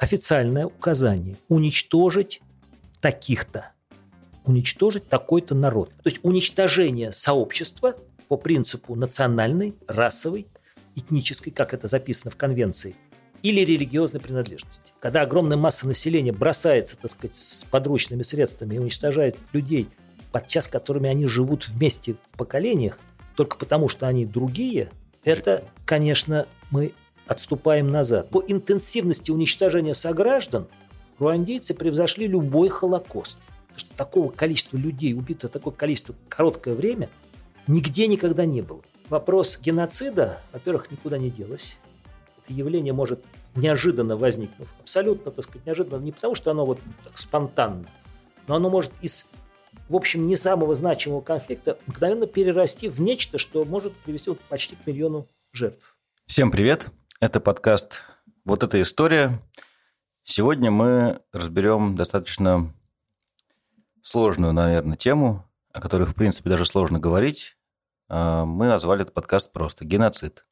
официальное указание уничтожить таких-то, уничтожить такой-то народ. То есть уничтожение сообщества по принципу национальной, расовой, этнической, как это записано в конвенции, или религиозной принадлежности. Когда огромная масса населения бросается, так сказать, с подручными средствами и уничтожает людей, подчас которыми они живут вместе в поколениях, только потому, что они другие, это, конечно, мы отступаем назад. По интенсивности уничтожения сограждан руандийцы превзошли любой Холокост. Потому что такого количества людей убито, такое количество в короткое время нигде никогда не было. Вопрос геноцида, во-первых, никуда не делось. Это явление может неожиданно возникнуть. Абсолютно, так сказать, неожиданно. Не потому, что оно вот так спонтанно, но оно может из, в общем, не самого значимого конфликта мгновенно перерасти в нечто, что может привести почти к миллиону жертв. Всем привет! Это подкаст «Вот эта история». Сегодня мы разберем достаточно сложную, наверное, тему, о которой, в принципе, даже сложно говорить. Мы назвали этот подкаст просто «Геноцид».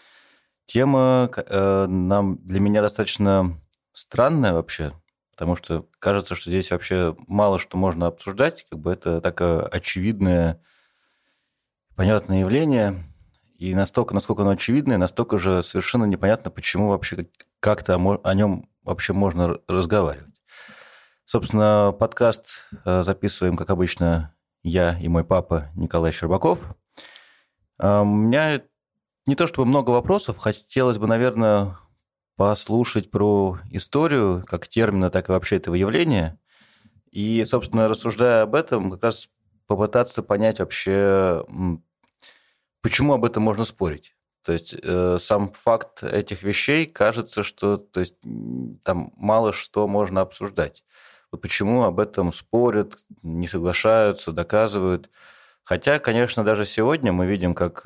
Тема для меня достаточно странная вообще, потому что кажется, что здесь вообще мало что можно обсуждать, как бы это такое очевидное, понятное явление, и настолько, насколько оно очевидное, настолько же совершенно непонятно, почему вообще как-то о нем вообще можно разговаривать. Собственно, подкаст записываем, как обычно, я и мой папа Николай Щербаков. У меня не то чтобы много вопросов, хотелось бы, наверное, послушать про историю как термина, так и вообще этого явления. И, собственно, рассуждая об этом, как раз попытаться понять вообще, почему об этом можно спорить. То есть сам факт этих вещей кажется, что то есть, там мало что можно обсуждать. Вот почему об этом спорят, не соглашаются, доказывают. Хотя, конечно, даже сегодня мы видим, как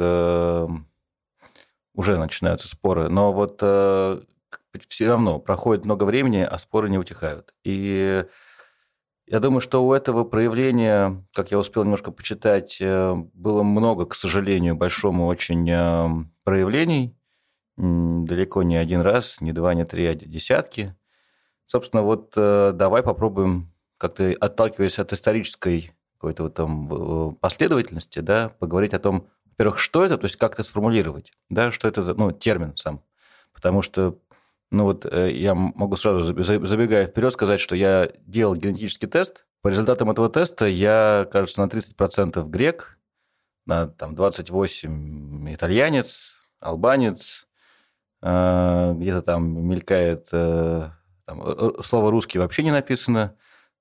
уже начинаются споры, но вот все равно проходит много времени, а споры не утихают. И я думаю, что у этого проявления, как я успел немножко почитать, было много, к сожалению, большому очень проявлений. Далеко не один раз, не два, не три, а десятки. Собственно, вот давай попробуем, как-то отталкиваясь от исторической какой-то вот там последовательности, да, поговорить о том, во-первых, что это, то есть как это сформулировать, да, что это за термин сам. Потому что я могу сразу, забегая вперед, сказать, что я делал генетический тест. По результатам этого теста я, кажется, на 30% грек, на 28% итальянец, албанец, где-то там мелькает, слово «русский» вообще не написано,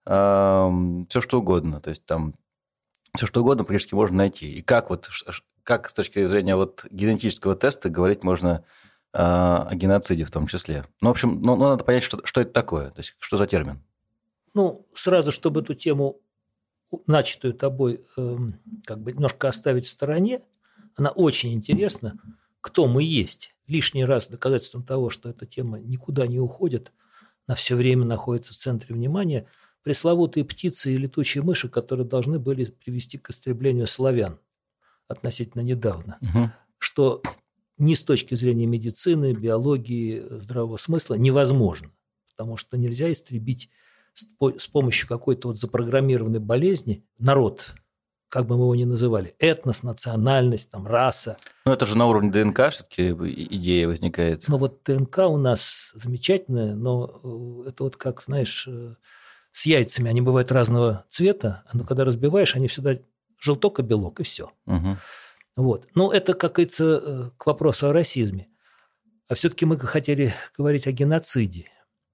все что угодно. То есть там все что угодно практически можно найти. И как с точки зрения генетического теста говорить можно о геноциде в том числе. В общем, надо понять, что это такое, то есть что за термин. Сразу, чтобы эту тему, начатую тобой, немножко оставить в стороне, она очень интересна, кто мы есть. Лишний раз доказательством того, что эта тема никуда не уходит, на все время находится в центре внимания, пресловутые птицы и летучие мыши, которые должны были привести к истреблению славян относительно недавно, что ни с точки зрения медицины, биологии, здравого смысла невозможно, потому что нельзя истребить с помощью какой-то запрограммированной болезни народ, как бы мы его ни называли, этнос, национальность, раса. Это же на уровне ДНК все-таки идея возникает. ДНК у нас замечательная, но это как, знаешь, с яйцами, они бывают разного цвета, но когда разбиваешь, они всегда желток и белок, и все. Это, как говорится, к вопросу о расизме. А все-таки мы хотели говорить о геноциде.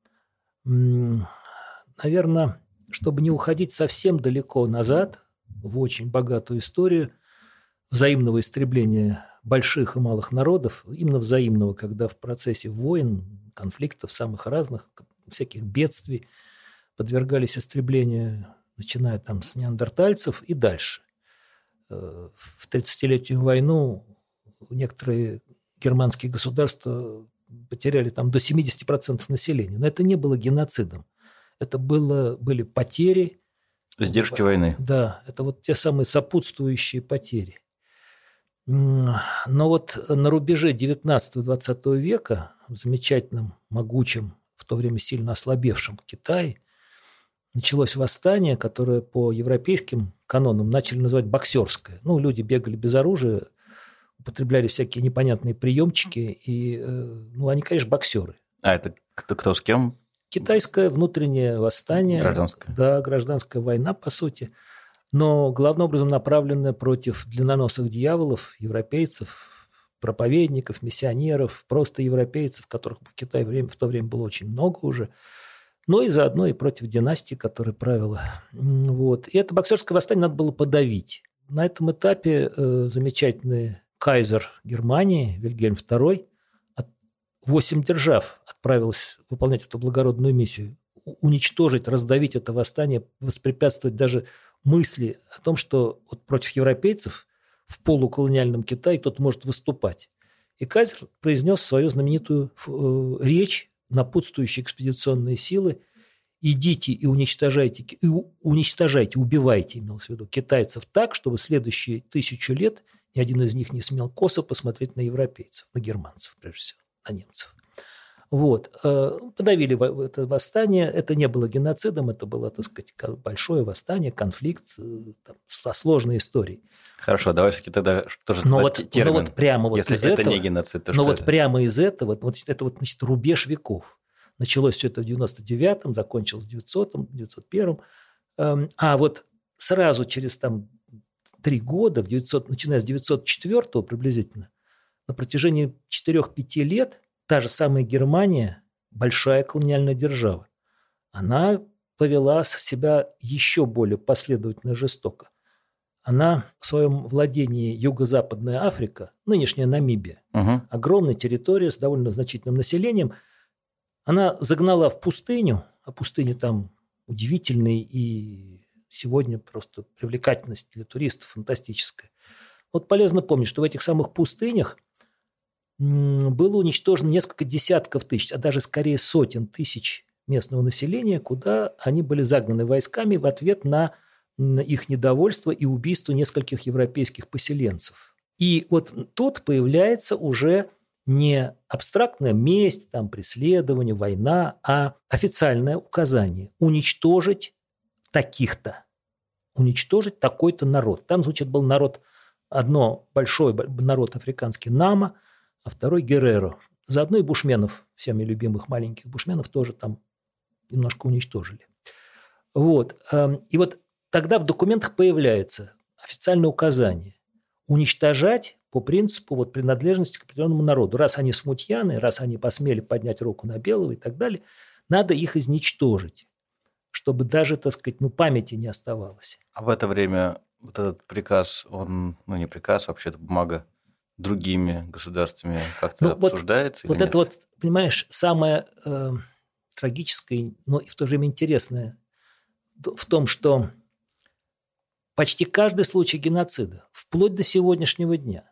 Наверное, чтобы не уходить совсем далеко назад, в очень богатую историю взаимного истребления больших и малых народов, именно взаимного, когда в процессе войн, конфликтов самых разных, всяких бедствий подвергались истреблению, начиная с неандертальцев и дальше. В 30-летнюю войну некоторые германские государства потеряли до 70% населения. Но это не было геноцидом. Это были потери. Издержки войны. Да, это те самые сопутствующие потери. Но на рубеже 19-20 века в замечательном, могучем в то время сильно ослабевшем Китае, началось восстание, которое по европейским канонам начали называть боксерское. Ну, люди бегали без оружия, употребляли всякие непонятные приемчики, и, они, конечно, боксеры. А это кто с кем? Китайское внутреннее восстание. Гражданское. Да, гражданская война, по сути. Но главным образом направленная против длинноносых дьяволов, европейцев, проповедников, миссионеров, просто европейцев, которых в Китае в то время было очень много уже, но и заодно и против династии, которая правила. Вот. И это боксерское восстание надо было подавить. На этом этапе замечательный кайзер Германии Вильгельм II, 8 держав отправилось выполнять эту благородную миссию, уничтожить, раздавить это восстание, воспрепятствовать даже мысли о том, что вот против европейцев в полуколониальном Китае кто-то может выступать. И кайзер произнес свою знаменитую речь, напутствующую экспедиционные силы: идите и уничтожайте, убивайте, имелось в виду, китайцев так, чтобы следующие 1000 лет ни один из них не смел косо посмотреть на европейцев, на германцев, прежде всего, на немцев. Вот. Подавили это восстание. Это не было геноцидом, это было, так сказать, большое восстание, конфликт там, со сложной историей. Хорошо, давай все-таки тогда тоже термин. Но вот прямо вот если из это этого, не геноцид, то но что вот это? прямо из этого, это вот, значит, рубеж веков. Началось все это в 99-м, закончилось в 900-м, 901-м. А вот сразу через там 3 года, начиная с 904-го приблизительно, на протяжении 4-5 лет та же самая Германия, большая колониальная держава, она повела себя еще более последовательно и жестоко. Она в своем владении Юго-Западная Африка, нынешняя Намибия, огромная территория с довольно значительным населением, она загнала в пустыню, а пустыня там удивительная и сегодня просто привлекательность для туристов фантастическая. Вот полезно помнить, что в этих самых пустынях было уничтожено несколько десятков тысяч, а даже скорее сотен тысяч местного населения, куда они были загнаны войсками в ответ на их недовольство и убийство нескольких европейских поселенцев. И вот тут появляется уже не абстрактная месть, там, преследование, война, а официальное указание уничтожить таких-то, уничтожить такой-то народ. Там, значит, был народ, большой народ африканский Нама, а второй Герреро. Заодно и бушменов, всеми любимых маленьких бушменов, тоже там немножко уничтожили. Вот. И вот тогда в документах появляется официальное указание уничтожать по принципу вот принадлежности к определенному народу. Раз они смутьяны, раз они посмели поднять руку на белого и так далее, надо их изничтожить, чтобы даже, так сказать, памяти не оставалось. А в это время вот этот приказ, он, не приказ, вообще это бумага, другими государствами как-то обсуждается? Вот это вот, понимаешь, самое трагическое, но и в то же время интересное в том, что почти каждый случай геноцида, вплоть до сегодняшнего дня,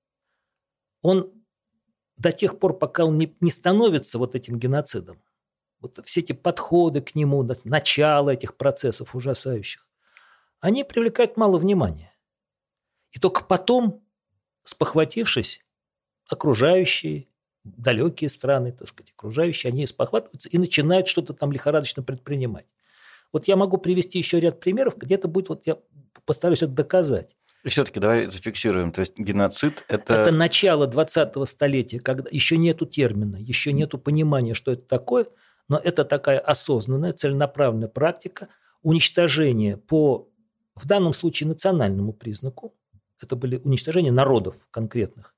он до тех пор, пока он не становится вот этим геноцидом, вот все эти подходы к нему, начало этих процессов ужасающих, они привлекают мало внимания. И только потом, спохватившись, окружающие, далекие страны, так сказать, окружающие, они спохватываются и начинают что-то там лихорадочно предпринимать. Вот я могу привести еще ряд примеров, где это будет, вот я постараюсь это доказать. И все-таки давай зафиксируем, то есть геноцид – это… Это начало 20-го столетия, когда еще нету термина, еще нету понимания, что это такое, но это такая осознанная, целенаправленная практика уничтожения в данном случае, национальному признаку. Это были уничтожения народов конкретных.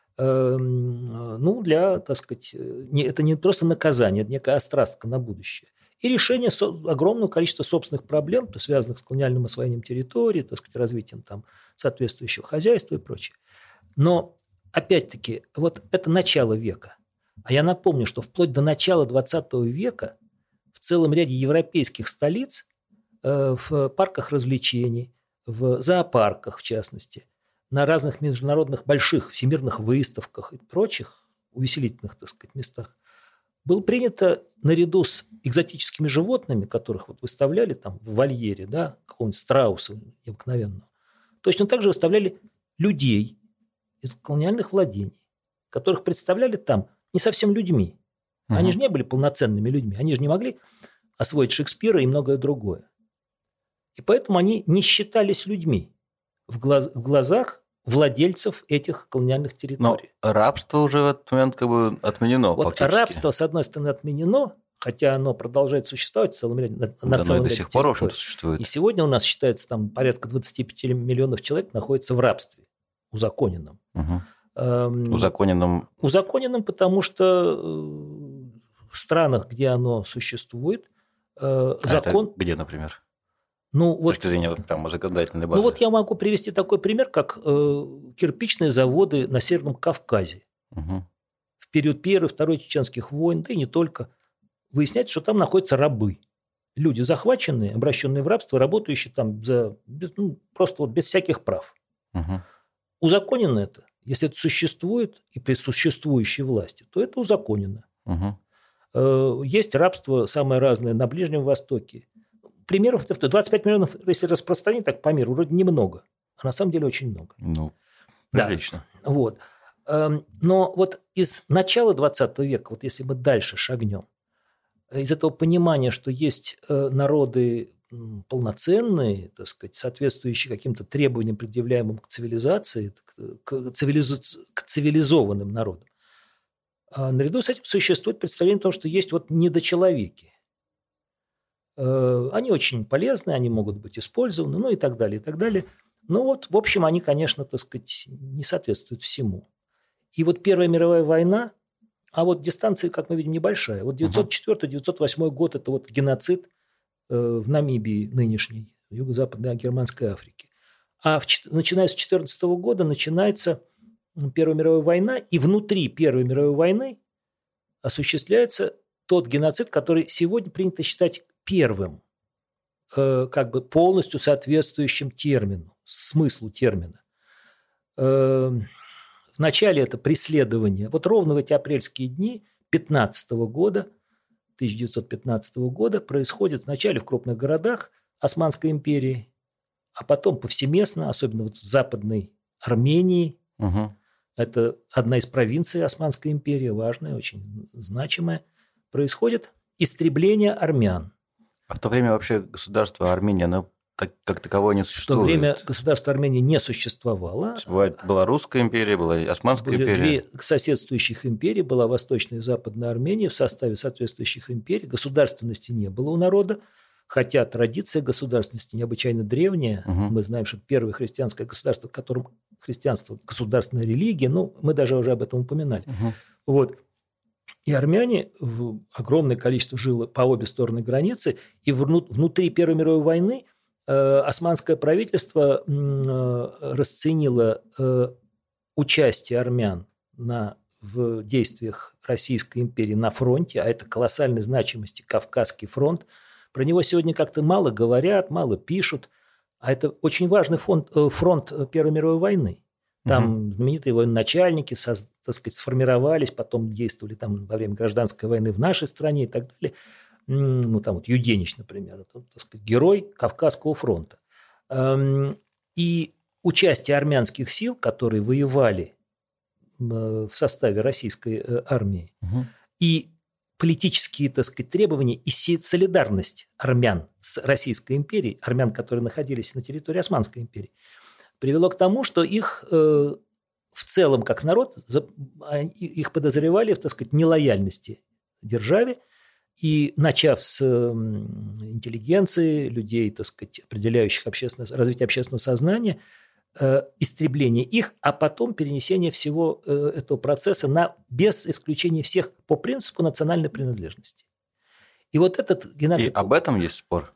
Для, так сказать, это не просто наказание, это некая острастка на будущее. И решение огромного количества собственных проблем, связанных с колониальным освоением территории, так сказать, развитием там соответствующего хозяйства и прочее. Но, опять-таки, вот это начало века. А я напомню, что вплоть до начала 20 века в целом ряде европейских столиц, в парках развлечений, в зоопарках, в частности, на разных международных больших всемирных выставках и прочих увеселительных, так сказать, местах, было принято наряду с экзотическими животными, которых вот выставляли там в вольере, да, какого-нибудь страуса необыкновенного, точно так же выставляли людей из колониальных владений, которых представляли там не совсем людьми, Они же не были полноценными людьми. Они же не могли освоить Шекспира и многое другое. И поэтому они не считались людьми в глазах владельцев этих колониальных территорий. Но рабство уже в этот момент как бы отменено вот фактически. Рабство, с одной стороны, отменено, хотя оно продолжает существовать в целом ряде, на целом до ряде сих пор, в общем-то, территорий. существует. И сегодня у нас считается, там порядка 25 миллионов человек находится в рабстве, узаконенном. Узаконенном? Узаконенном, потому что в странах, где оно существует, закон... Это где, например? Ну, С вот, точки зрения вот прямо законодательной базы. ну вот я могу привести такой пример, как кирпичные заводы на Северном Кавказе. В период Первой и Второй чеченских войн, да и не только, выясняется, что там находятся рабы. Люди захваченные, обращенные в рабство, работающие там просто вот без всяких прав. Узаконено это. Если это существует и при существующей власти, то это узаконено. Есть рабство самое разное на Ближнем Востоке. Примеров 25 миллионов, если распространить так по миру, вроде немного, а на самом деле очень много. Ну, прилично. Да. Вот. Но вот из начала 20 века, вот если мы дальше шагнем, из этого понимания, что есть народы полноценные, так сказать, соответствующие каким-то требованиям, предъявляемым к цивилизации, к цивилизованным народам, наряду с этим существует представление о том, что есть вот недочеловеки. Они очень полезны, они могут быть использованы, ну и так далее, и так далее. Но вот, в общем, они, конечно, так сказать, не соответствуют всему. И вот Первая мировая война, а вот дистанция, как мы видим, небольшая. Вот 904-908 год – это вот геноцид в Намибии нынешней, в юго-западной Германской Африке. А начиная с 14 года начинается Первая мировая война, и внутри Первой мировой войны осуществляется тот геноцид, который сегодня принято считать первым, как бы полностью соответствующим термину, смыслу термина. Вначале это преследование. Вот ровно в эти апрельские дни 1915 года происходит вначале в крупных городах Османской империи, а потом повсеместно, особенно вот в Западной Армении. Это одна из провинций Османской империи, важная, очень значимая. Происходит истребление армян. А в то время вообще государство Армения, оно как таковое не существует? В то время государство Армении не существовало. Была Русская империя, была Османская империя. Были две соседствующих империи, была Восточная и Западная Армения. В составе соответствующих империй государственности не было у народа, хотя традиция государственности необычайно древняя. Мы знаем, что первое христианское государство, в котором христианство – государственная религия, ну, мы даже уже об этом упоминали. Вот. И армяне в огромное количество жило по обе стороны границы, и внутри Первой мировой войны османское правительство расценило участие армян в действиях Российской империи на фронте, а это колоссальной значимости Кавказский фронт. Про него сегодня как-то мало говорят, мало пишут, а это очень важный фронт Первой мировой войны. Там знаменитые военачальники, так сказать, сформировались, потом действовали там во время гражданской войны в нашей стране и так далее. Ну, там вот Юденич, например, это, так сказать, герой Кавказского фронта. И участие армянских сил, которые воевали в составе российской армии, и политические, так сказать, требования и солидарность армян с Российской империей, армян, которые находились на территории Османской империи, привело к тому, что их в целом, как народ, их подозревали в, так сказать, нелояльности державе, и начав с интеллигенции, людей, так сказать, определяющих развитие общественного сознания, истребление их, а потом перенесение всего этого процесса без исключения всех по принципу национальной принадлежности. И вот этот геноцид... И об этом есть спор?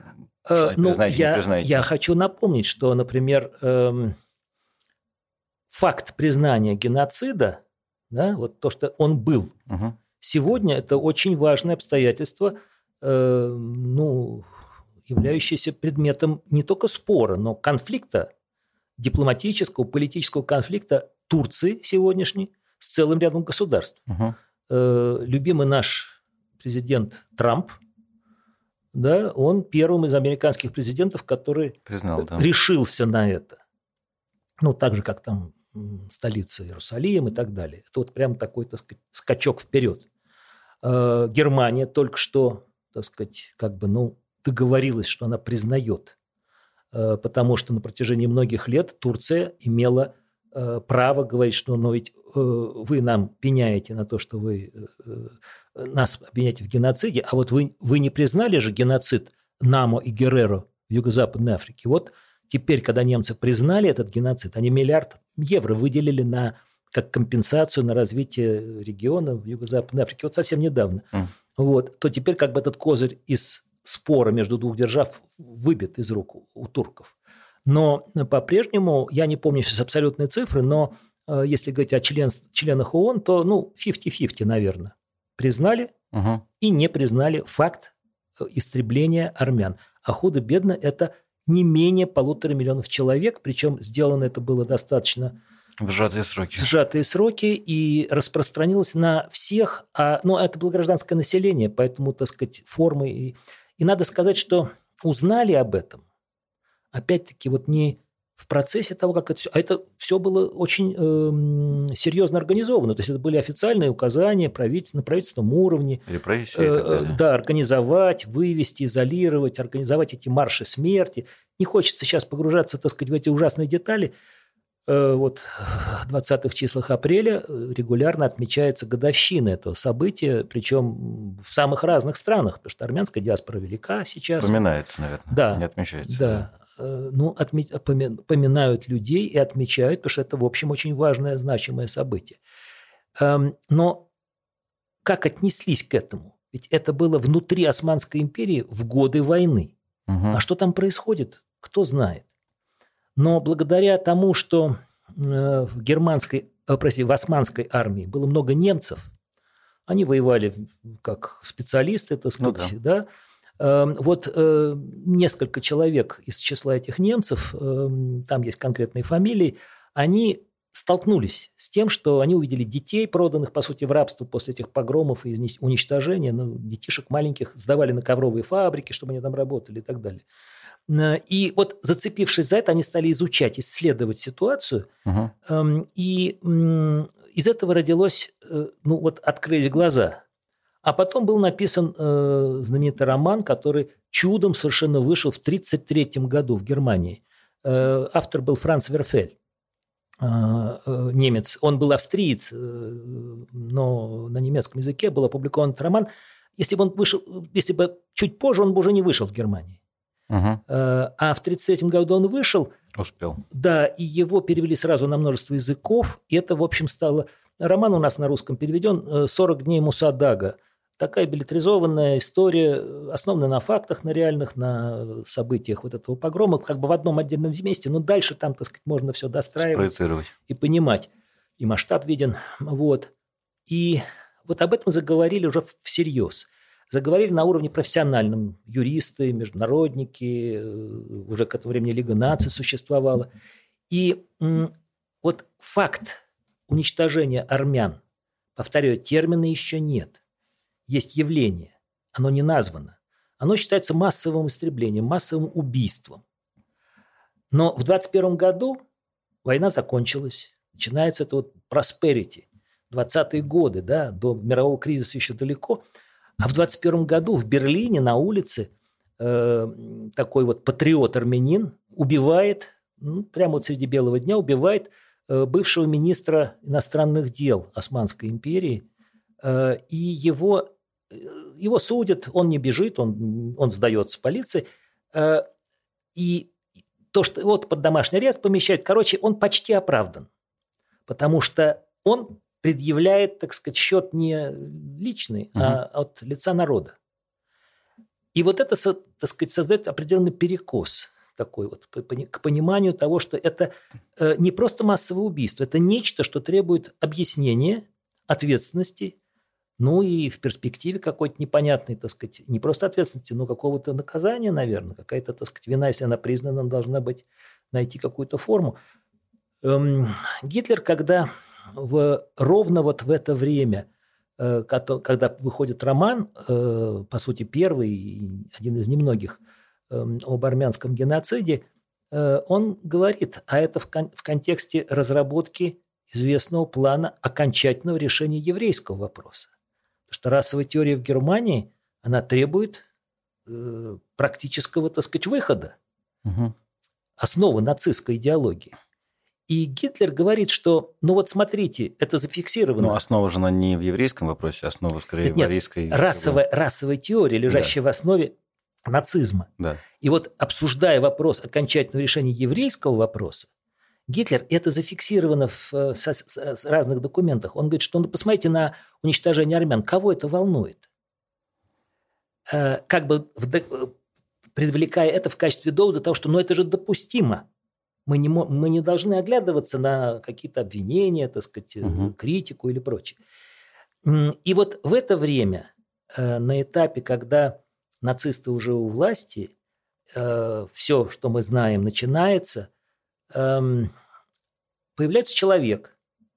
Я хочу напомнить, что, например, факт признания геноцида, да, вот то, что он был, сегодня это очень важное обстоятельство, являющееся предметом не только спора, но конфликта, дипломатического, политического конфликта Турции сегодняшней с целым рядом государств. Любимый наш президент Трамп, да, он первым из американских президентов, который решился на это. Ну, так же, как там столица Иерусалим и так далее. Это вот прям такой, так сказать, скачок вперед. Германия только что, так сказать, договорилась, что она признает, потому что на протяжении многих лет Турция имела право говорить, что ведь вы нам пеняете на то, что вы нас обвиняете в геноциде, а вот вы не признали же геноцид Намо и Герреро в Юго-Западной Африке. Вот теперь, когда немцы признали этот геноцид, они $1 миллиард выделили как компенсацию на развитие региона в Юго-Западной Африке. Вот совсем недавно. То теперь этот козырь из спора между двух держав выбит из рук у турков. Но по-прежнему, я не помню сейчас абсолютные цифры, но если говорить о членах ООН, то 50-50, наверное. Признали и не признали факт истребления армян. А худо-бедно это не менее 1,5 миллиона человек, причем сделано это было достаточно в сжатые сроки и распространилось на всех, это было гражданское население, поэтому, так сказать, формы. И надо сказать, что узнали об этом, опять-таки, не в процессе того, как это все... А это все было очень серьезно организовано. То есть это были официальные указания на правительственном уровне. Репрессии и так далее. Да, организовать, вывести, изолировать, организовать эти марши смерти. Не хочется сейчас погружаться, так сказать, в эти ужасные детали. В 20-х числах апреля регулярно отмечается годовщина этого события, причем в самых разных странах, потому что армянская диаспора велика сейчас. Поминается, наверное, да, не отмечается. Да. Поминают людей и отмечают, потому что это, в общем, очень важное, значимое событие. Но как отнеслись к этому? Ведь это было внутри Османской империи в годы войны. А что там происходит, кто знает. Но благодаря тому, что в османской армии было много немцев, они воевали как специалисты, так сказать, да. Несколько человек из числа этих немцев, там есть конкретные фамилии, они столкнулись с тем, что они увидели детей, проданных, по сути, в рабство после этих погромов и уничтожения. Детишек маленьких сдавали на ковровые фабрики, чтобы они там работали и так далее. И зацепившись за это, они стали изучать, исследовать ситуацию. И из этого родилось, открылись глаза. А потом был написан знаменитый роман, который чудом совершенно вышел в 1933 году в Германии. Автор был Франц Верфель, немец. Он был австриец, но на немецком языке был опубликован этот роман. Если бы чуть позже, он бы уже не вышел в Германии. А в 1933 году он вышел. Успел. Да, и его перевели сразу на множество языков. И это, в общем, стало... Роман у нас на русском переведен «40 дней Мусадага». Такая билетризованная история, основанная на фактах, на реальных, на событиях этого погрома, в одном отдельном месте. Но дальше там, так сказать, можно все достраивать и понимать. И масштаб виден. И об этом заговорили уже всерьез. Заговорили на уровне профессиональном. Юристы, международники, уже к этому времени Лига наций существовала. И факт уничтожения армян, повторяю, термина еще нет. Есть явление, оно не названо. Оно считается массовым истреблением, массовым убийством. Но в 1921 году война закончилась. Начинается это prosperity. 20-е годы, да, до мирового кризиса еще далеко. А в 1921 году в Берлине на улице такой патриот-армянин убивает, прямо среди белого дня, убивает бывшего министра иностранных дел Османской империи. И его судят, он не бежит, он сдается полиции. И то, что под домашний арест помещают, он почти оправдан. Потому что он предъявляет, так сказать, счет не личный, а от лица народа. И это, так сказать, создает определенный перекос такой к пониманию того, что это не просто массовое убийство, это нечто, что требует объяснения, ответственности, и в перспективе какой-то непонятной, так сказать, не просто ответственности, но какого-то наказания, наверное, какая-то, так сказать, вина, если она признана, она должна быть, найти какую-то форму. Гитлер, когда ровно в это время, когда выходит роман, по сути, первый, один из немногих, об армянском геноциде, он говорит, а это в контексте разработки известного плана окончательного решения еврейского вопроса. что расовая теория в Германии, она требует практического, так сказать, выхода. Основы нацистской идеологии. И Гитлер говорит, что, ну вот смотрите, это зафиксировано. Но основа же она не в еврейском вопросе, основа скорее в арийской. Расовая теория, лежащая в основе нацизма. Да. И вот обсуждая вопрос окончательного решения еврейского вопроса, Гитлер, это зафиксировано в разных документах, он говорит, что ну, посмотрите на уничтожение армян, кого это волнует? Как бы привлекая это в качестве довода того, что ну, это же допустимо. Мы не должны оглядываться на какие-то обвинения, так сказать, критику или прочее. И вот в это время, на этапе, когда нацисты уже у власти, все, что мы знаем, начинается, появляется человек,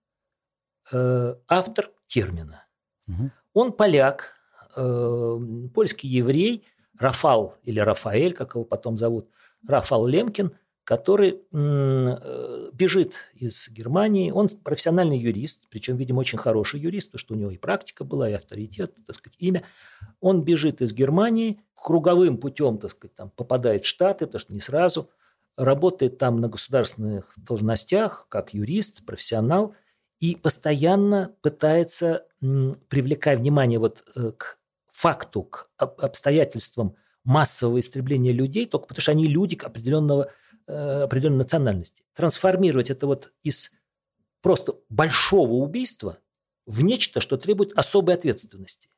автор термина. Он поляк, польский еврей, Рафал или Рафаэль, как его потом зовут, Рафал Лемкин, который бежит из Германии. Он профессиональный юрист, причем, видимо, очень хороший юрист, потому что у него и практика была, и авторитет, так сказать, имя. Он бежит из Германии, круговым путем, так сказать, там, попадает в Штаты, потому что не сразу, работает там на государственных должностях, как юрист, профессионал, и постоянно пытается, привлекая внимание вот к факту, к обстоятельствам массового истребления людей, только потому что они люди определенной национальности. Трансформировать это вот из просто большого убийства в нечто, что требует особой ответственности.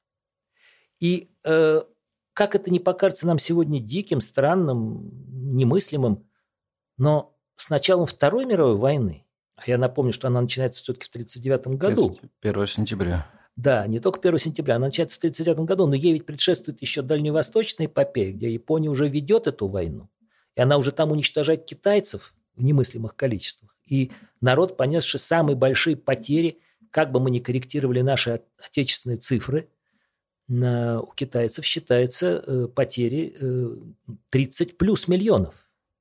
И как это не покажется нам сегодня диким, странным, немыслимым, но с началом Второй мировой войны, а я напомню, что она начинается все-таки в 1939 году. 1 сентября. Да, не только 1 сентября, она начинается в 1939 году, но ей ведь предшествует еще дальневосточная эпопея, где Япония уже ведет эту войну. И она уже там уничтожает китайцев в немыслимых количествах. И народ, понесший самые большие потери, как бы мы ни корректировали наши отечественные цифры, у китайцев считаются потери 30 плюс миллионов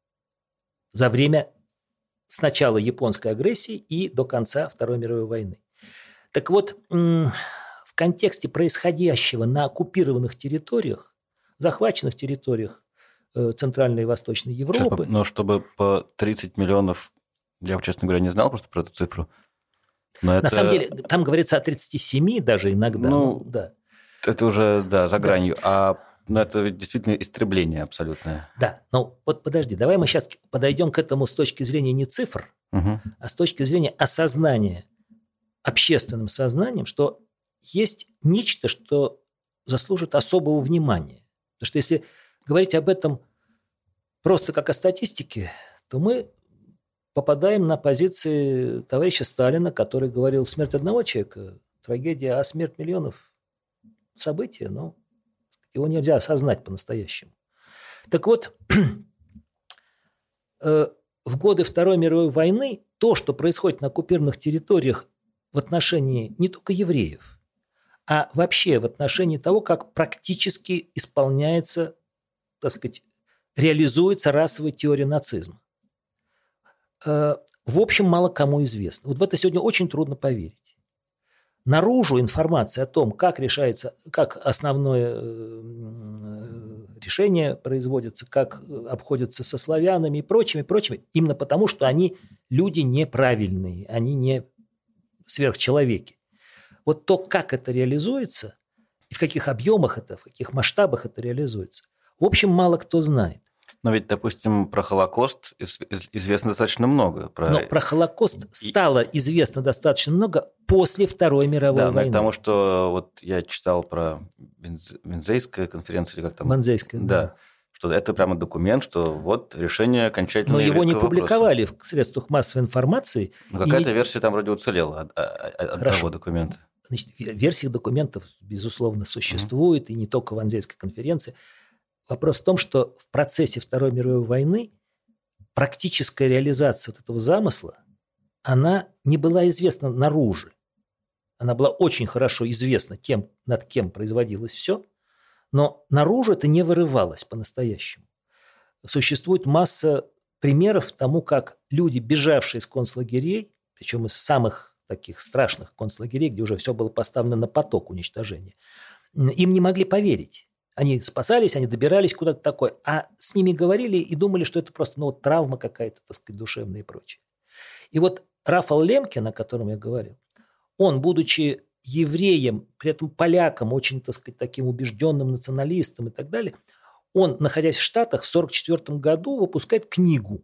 за время с начала японской агрессии и до конца Второй мировой войны. Так вот, в контексте происходящего на оккупированных территориях, захваченных территориях Центральной и Восточной Европы. Но чтобы по 30 миллионов, я, честно говоря, не знал просто про эту цифру. Но на самом деле, там говорится о 37 даже иногда. Ну, да. Это уже, да, за гранью. Но это действительно истребление абсолютное. Да, но вот подожди, давай мы сейчас подойдем к этому с точки зрения не цифр, а с точки зрения осознания, общественным сознанием, что есть нечто, что заслужит особого внимания. Потому что если говорить об этом просто как о статистике, то мы попадаем на позиции товарища Сталина, который говорил: смерть одного человека – трагедия, а смерть миллионов – событие, но его нельзя осознать по-настоящему. Так вот, в годы Второй мировой войны то, что происходит на оккупированных территориях в отношении не только евреев, а вообще в отношении того, как практически исполняется, так сказать, реализуется расовая теория нацизма, в общем, мало кому известно. Вот в это сегодня очень трудно поверить. Наружу информация о том, как решается, как основное решение производится, как обходятся со славянами и прочими, именно потому, что они люди неправильные, они не сверхчеловеки. Вот то, как это реализуется, и в каких объемах это, в каких масштабах это реализуется, в общем, мало кто знает. Но ведь, допустим, про Холокост известно достаточно много. Но про Холокост стало известно достаточно много после Второй мировой войны. Да, потому что вот я читал про Вензейская конференция, или как там? Вензейская, да. Что это прямо документ, что вот решение окончательного еврейского вопроса. Но его не публиковали вопроса. В средствах массовой информации. Но какая-то версия там вроде уцелела от одного документа. Значит, версии документов, безусловно, существует, и не только Вензейская конференция. Вопрос в том, что в процессе Второй мировой войны практическая реализация вот этого замысла, она не была известна наружу. Она была очень хорошо известна тем, над кем производилось все, но наружу это не вырывалось по-настоящему. Существует масса примеров тому, как люди, бежавшие из концлагерей, причем из самых таких страшных концлагерей, где уже все было поставлено на поток уничтожения. Им не могли поверить. Они спасались, они добирались куда-то такое, а с ними говорили и думали, что это просто травма какая-то, так сказать, душевная и прочее. И вот Рафал Лемкин, о котором я говорил, он, будучи евреем, при этом поляком, очень, так сказать, таким убежденным националистом и так далее, он, находясь в Штатах, в 1944 году выпускает книгу.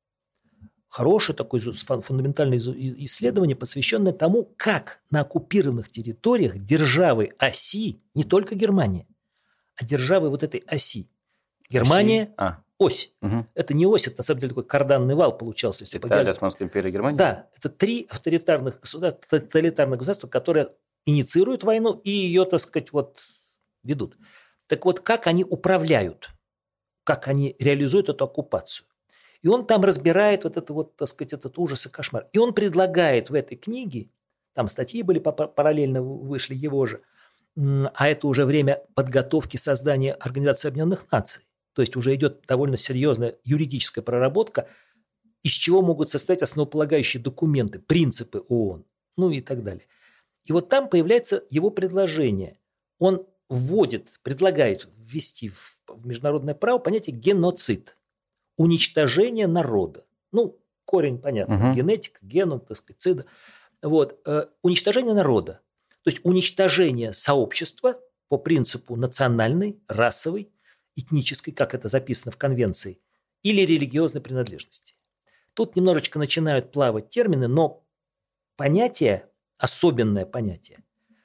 Хорошее такое фундаментальное исследование, посвященное тому, как на оккупированных территориях державы оси, не только Германия, а державы вот этой оси. Германия – ось. Угу. Это не ось, это на самом деле такой карданный вал получался. Италия, Османская империя, Германия? Да, это 3 авторитарных государства, тоталитарных государства, которые инициируют войну и ее, так сказать, вот ведут. Так вот, как они управляют, как они реализуют эту оккупацию. И он там разбирает вот это вот, так сказать, этот ужас и кошмар. И он предлагает в этой книге, там статьи были параллельно, вышли его же, а это уже время подготовки создания Организации Объединенных Наций. То есть уже идет довольно серьезная юридическая проработка, из чего могут состоять основополагающие документы, принципы ООН, ну и так далее. И вот там появляется его предложение. Он предлагает ввести в международное право понятие геноцид. Уничтожение народа. Ну, корень, понятно, генетика, геном, так сказать, цида. Вот. Уничтожение народа. То есть уничтожение сообщества по принципу национальной, расовой, этнической, как это записано в конвенции, или религиозной принадлежности. Тут немножечко начинают плавать термины, но понятие, особенное понятие,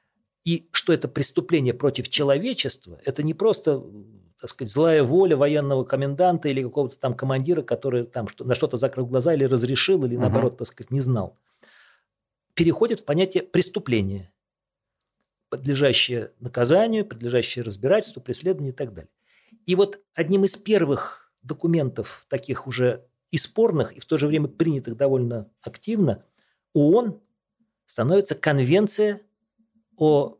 и что это преступление против человечества, это не просто, так сказать, злая воля военного коменданта или какого-то там командира, который там на что-то закрыл глаза или разрешил, или наоборот, так сказать, не знал. Переходит в понятие преступления, подлежащее наказанию, подлежащее разбирательству, преследованию и так далее. И вот одним из первых документов, таких уже и спорных, и в то же время принятых довольно активно, ООН становится Конвенция о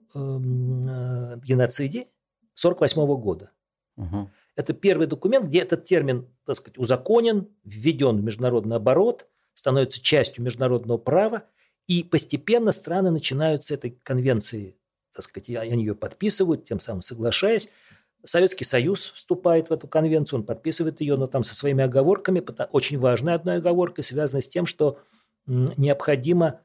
геноциде 1948 года. Угу. Это первый документ, где этот термин, так сказать, узаконен, введен в международный оборот, становится частью международного права, и постепенно страны начинают с этой конвенции, так сказать, они ее подписывают, тем самым соглашаясь. Советский Союз вступает в эту конвенцию, он подписывает ее, но там со своими оговорками. Очень важной одной оговоркой, связанной с тем, что необходимо,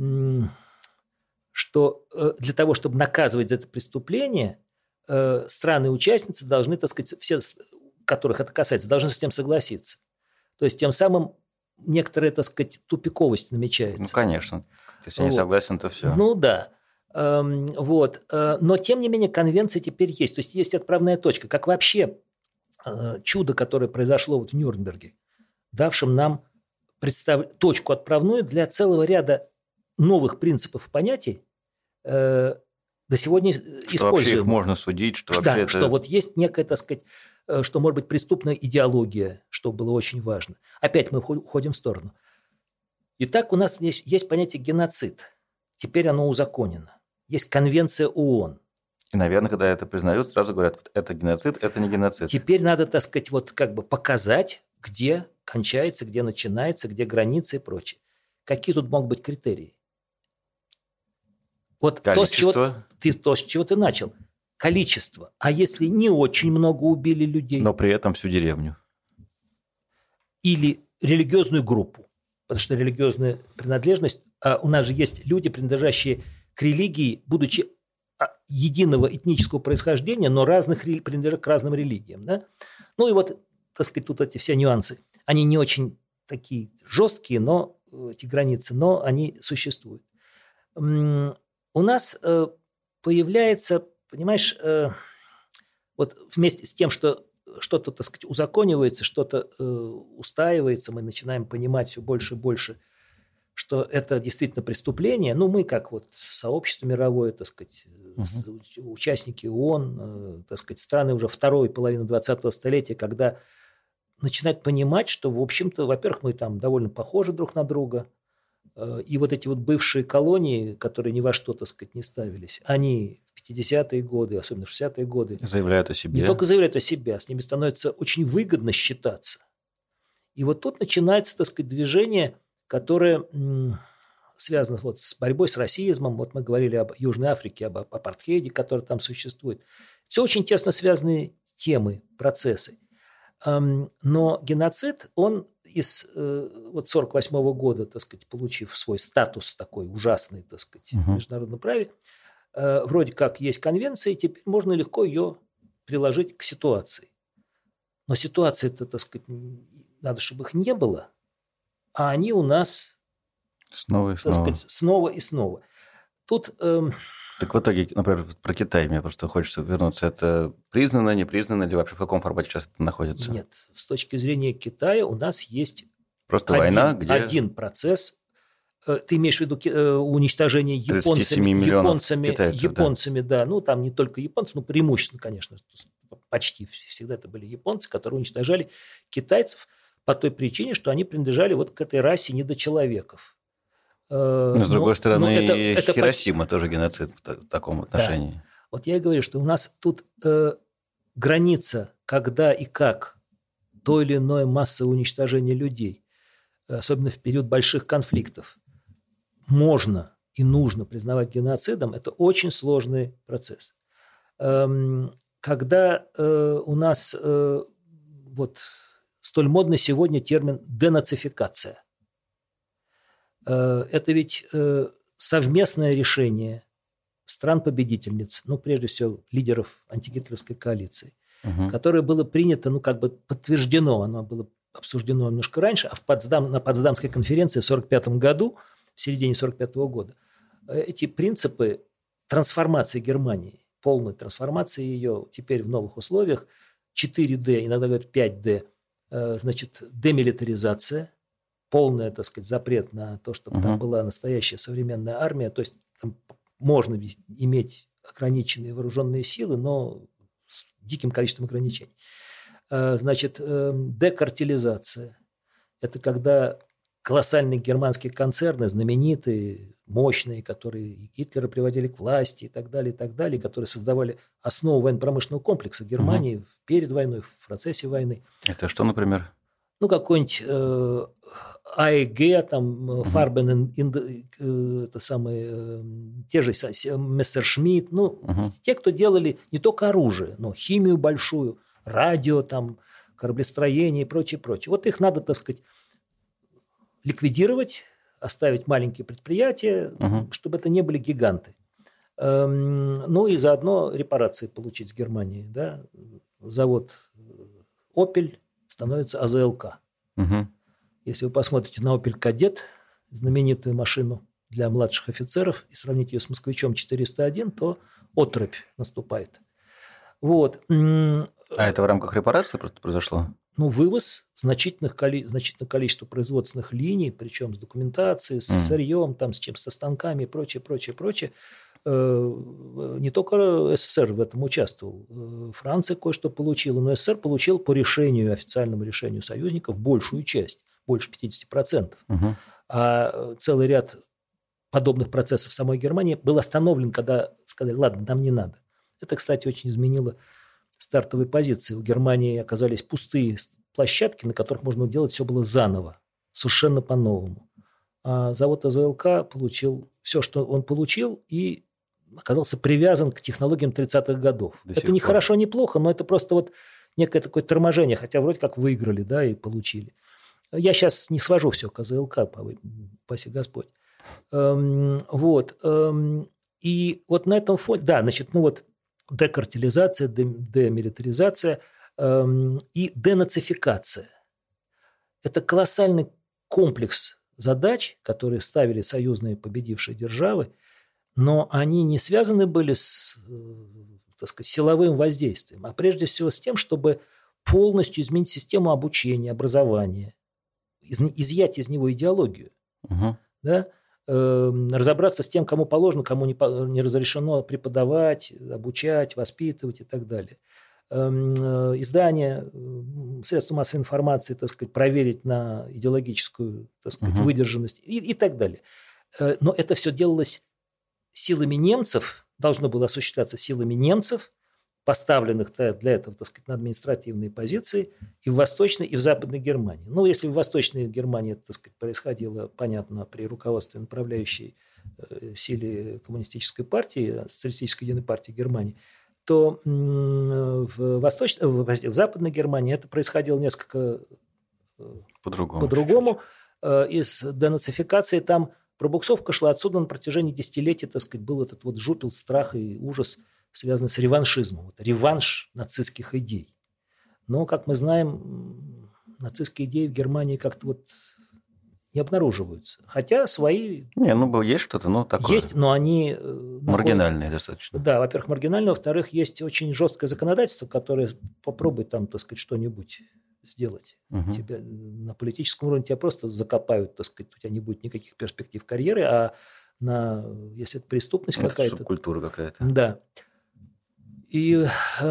что для того, чтобы наказывать за это преступление, страны-участницы должны, так сказать, все, которых это касается, должны с этим согласиться. То есть тем самым некоторая, так сказать, тупиковость намечается. Ну, конечно. Если не согласен, то все. Ну, да. Вот. Но, тем не менее, конвенция теперь есть. То есть есть отправная точка. Как вообще чудо, которое произошло вот в Нюрнберге, давшим нам точку отправную для целого ряда новых принципов и понятий, до сегодня используем. Что вообще их можно судить, что вообще это... что вот есть некая, так сказать, что может быть преступная идеология, что было очень важно. Опять мы уходим в сторону. Итак, у нас есть понятие геноцид. Теперь оно узаконено. Есть конвенция ООН. И, наверное, когда это признают, сразу говорят, вот это геноцид, это не геноцид. Теперь надо, так сказать, вот как бы показать, где кончается, где начинается, где границы и прочее. Какие тут могут быть критерии? Вот количество. То, с чего ты начал. Количество. А если не очень много убили людей? Но при этом всю деревню. Или религиозную группу. Потому что религиозная принадлежность... у нас же есть люди, принадлежащие к религии, будучи единого этнического происхождения, но принадлежат к разным религиям. Да? Ну и вот, так сказать, тут эти все нюансы. Они не очень такие жесткие, но эти границы, но они существуют. У нас появляется, понимаешь, вот вместе с тем, что что-то, так сказать, узаконивается, что-то устаивается, мы начинаем понимать все больше и больше, что это действительно преступление. Ну, мы как вот сообщество мировое, так сказать, участники ООН, так сказать, страны уже второй половины 20-го столетия, когда начинают понимать, что, в общем-то, во-первых, мы там довольно похожи друг на друга, и вот эти вот бывшие колонии, которые ни во что, так сказать, не ставились, они в 50-е годы, особенно в 60-е годы, заявляют о себе. Не только заявляют о себе, а с ними становится очень выгодно считаться. И вот тут начинается, так сказать, движение, которое связано вот с борьбой с расизмом. Вот мы говорили об Южной Африке, об апартхейде, который там существует. Все очень тесно связанные темы, процессы. Но геноцид, он из 1948 года, так сказать, получив свой статус такой ужасный, так сказать, в международном праве, вроде как есть конвенция, и теперь можно легко ее приложить к ситуации. Но ситуации-то, так сказать, надо, чтобы их не было, а они у нас снова и снова. Так сказать, снова и снова. Тут... Так в итоге, например, про Китай мне просто хочется вернуться. Это признано, не признано, или вообще в каком формате сейчас это находится? Нет, с точки зрения Китая у нас есть просто война, где... один процесс. Ты имеешь в виду уничтожение японцами, да. Ну, там не только японцы, но преимущественно, конечно, почти всегда это были японцы, которые уничтожали китайцев по той причине, что они принадлежали вот к этой расе недочеловеков. Но, с другой стороны, это Хиросима тоже геноцид в таком отношении. Да. Вот я и говорю, что у нас тут граница, когда и как то или иное массовое уничтожение людей, особенно в период больших конфликтов, можно и нужно признавать геноцидом, это очень сложный процесс. Когда у нас вот столь модный сегодня термин «денацификация», это ведь совместное решение стран-победительниц, ну, прежде всего, лидеров антигитлеровской коалиции, которое было принято, ну, как бы подтверждено, оно было обсуждено немножко раньше, а на Потсдамской конференции в 1945 году, в середине 1945 года, эти принципы трансформации Германии, полной трансформации ее теперь в новых условиях, 4D, иногда говорят 5D, значит, демилитаризация, полный, так сказать, запрет на то, чтобы там была настоящая современная армия. То есть там можно иметь ограниченные вооруженные силы, но с диким количеством ограничений. Значит, декартелизация. Это когда колоссальные германские концерны, знаменитые, мощные, которые и Гитлера приводили к власти и так далее, которые создавали основу военно-промышленного комплекса Германии перед войной, в процессе войны. Это что, например? Ну, какой-нибудь АЭГ, там, Фарбен, это самые, те же Мессершмитт, ну, те, кто делали не только оружие, но химию большую, радио, там, кораблестроение и прочее. Вот их надо, так сказать, ликвидировать, оставить маленькие предприятия, чтобы это не были гиганты. Ну, и заодно репарации получить с Германии, да. Завод «Опель» становится АЗЛК. Если вы посмотрите на «Опель Кадет», знаменитую машину для младших офицеров, и сравните ее с «Москвичом 401», то отрыбь наступает. Вот. А это в рамках репарации просто произошло? Ну, вывоз значительного количества производственных линий, причем с документацией, с сырьем, там, со станками и прочее. Не только СССР в этом участвовал. Франция кое-что получила, но СССР получил по официальному решению союзников большую часть, больше 50%. А целый ряд подобных процессов в самой Германии был остановлен, когда сказали, ладно, нам не надо. Это, кстати, очень изменило стартовые позиции. У Германии оказались пустые площадки, на которых можно делать все было заново, совершенно по-новому. А завод АЗЛК получил все, что он получил, и оказался привязан к технологиям 30-х годов. Это не хорошо, не плохо, но это просто вот некое такое торможение, хотя вроде как выиграли, да, и получили. Я сейчас не свожу все к АЗЛК, паси Господь. Вот. И вот на этом фоне, да, значит, ну вот декартелизация, демилитаризация и денацификация. Это колоссальный комплекс задач, которые ставили союзные победившие державы, но они не связаны были с, так сказать, силовым воздействием, а прежде всего с тем, чтобы полностью изменить систему обучения, образования, изъять из него идеологию, да? Разобраться с тем, кому положено, кому не разрешено преподавать, обучать, воспитывать и так далее. Издания, средства массовой информации, так сказать, проверить на идеологическую, так сказать, выдержанность и так далее. Но это все делалось силами немцев, должно было осуществляться силами немцев поставленных для этого, так сказать, на административные позиции и в Восточной, и в Западной Германии. Ну, если в Восточной Германии это, так сказать, происходило, понятно, при руководстве направляющей силе коммунистической партии, социалистической единой партии Германии, то в Западной Германии это происходило несколько по-другому. Из денацификации там пробуксовка шла отсюда на протяжении десятилетий, так сказать, был этот вот жупел, страх и ужас, связанный с реваншизмом. Вот, реванш нацистских идей. Но, как мы знаем, нацистские идеи в Германии как-то вот не обнаруживаются. Хотя свои... есть что-то, но такое. Есть, но они... Маргинальные достаточно. Да, во-первых, маргинальные. Во-вторых, есть очень жесткое законодательство, которое попробует там, так сказать, что-нибудь сделать. Тебя, на политическом уровне тебя просто закопают, так сказать, у тебя не будет никаких перспектив карьеры, а если это преступность какая-то... Субкультура какая-то. Да. И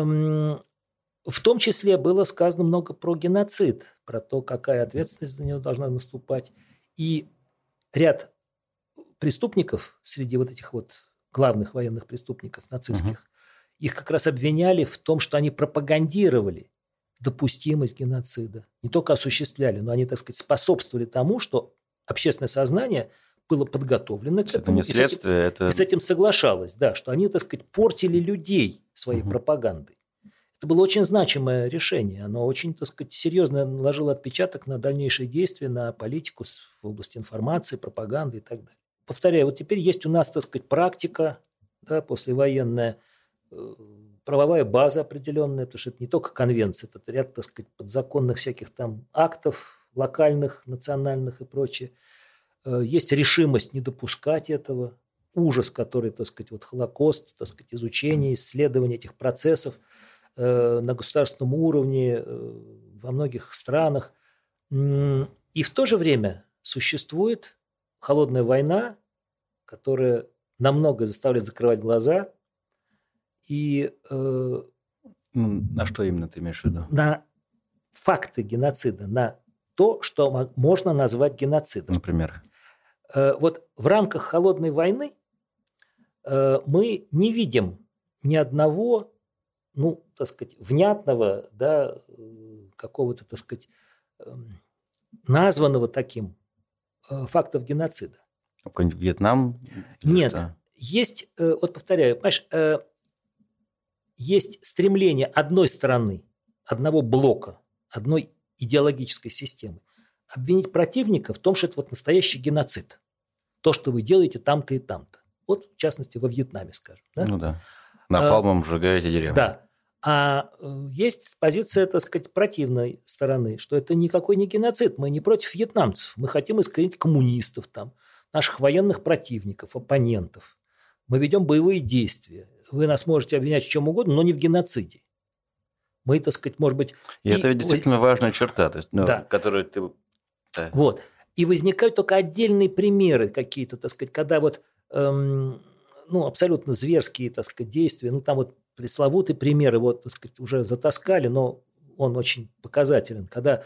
в том числе было сказано много про геноцид, про то, какая ответственность за него должна наступать. И ряд преступников среди вот этих вот главных военных преступников нацистских, их как раз обвиняли в том, что они пропагандировали допустимость геноцида. Не только осуществляли, но они, так сказать, способствовали тому, что общественное сознание было подготовлено к этому. Это не следствие, и с этим соглашалось, да, что они, так сказать, портили людей своей пропагандой. Это было очень значимое решение. Оно очень, так сказать, серьезно наложило отпечаток на дальнейшие действия, на политику в области информации, пропаганды и так далее. Повторяю, вот теперь есть у нас, так сказать, практика, да, послевоенная, правовая база определенная, потому что это не только конвенция, это ряд, так сказать, подзаконных всяких там актов, локальных, национальных и прочее. Есть решимость не допускать этого, ужас, который, так сказать, вот Холокост, так сказать, изучение, исследование этих процессов на государственном уровне во многих странах. И в то же время существует холодная война, которая намного заставляет закрывать глаза. И на что именно ты имеешь в виду? На факты геноцида, на то, что можно назвать геноцидом. Например? Вот в рамках холодной войны мы не видим ни одного, так сказать, внятного, да, какого-то, так сказать, названного таким фактов геноцида. Какой-нибудь Вьетнам? Нет. Что? Есть, вот повторяю, понимаешь, есть стремление одной страны, одного блока, одной идеологической системы обвинить противника в том, что это вот настоящий геноцид. То, что вы делаете там-то и там-то. Вот, в частности, во Вьетнаме, скажем. Да? Ну да. Напалмом сжигаете деревню. Да. А есть позиция, так сказать, противной стороны, что это никакой не геноцид. Мы не против вьетнамцев. Мы хотим искоренить коммунистов там, наших военных противников, оппонентов. Мы ведем боевые действия. Вы нас можете обвинять в чем угодно, но не в геноциде. Мы, так сказать, может быть... И это ведь действительно важная черта, то есть, да. Которую ты... Да. Вот. И возникают только отдельные примеры какие-то, так сказать, когда вот абсолютно зверские, так сказать, действия. Там вот пресловутый пример, его, так сказать, уже затаскали, но он очень показателен. Когда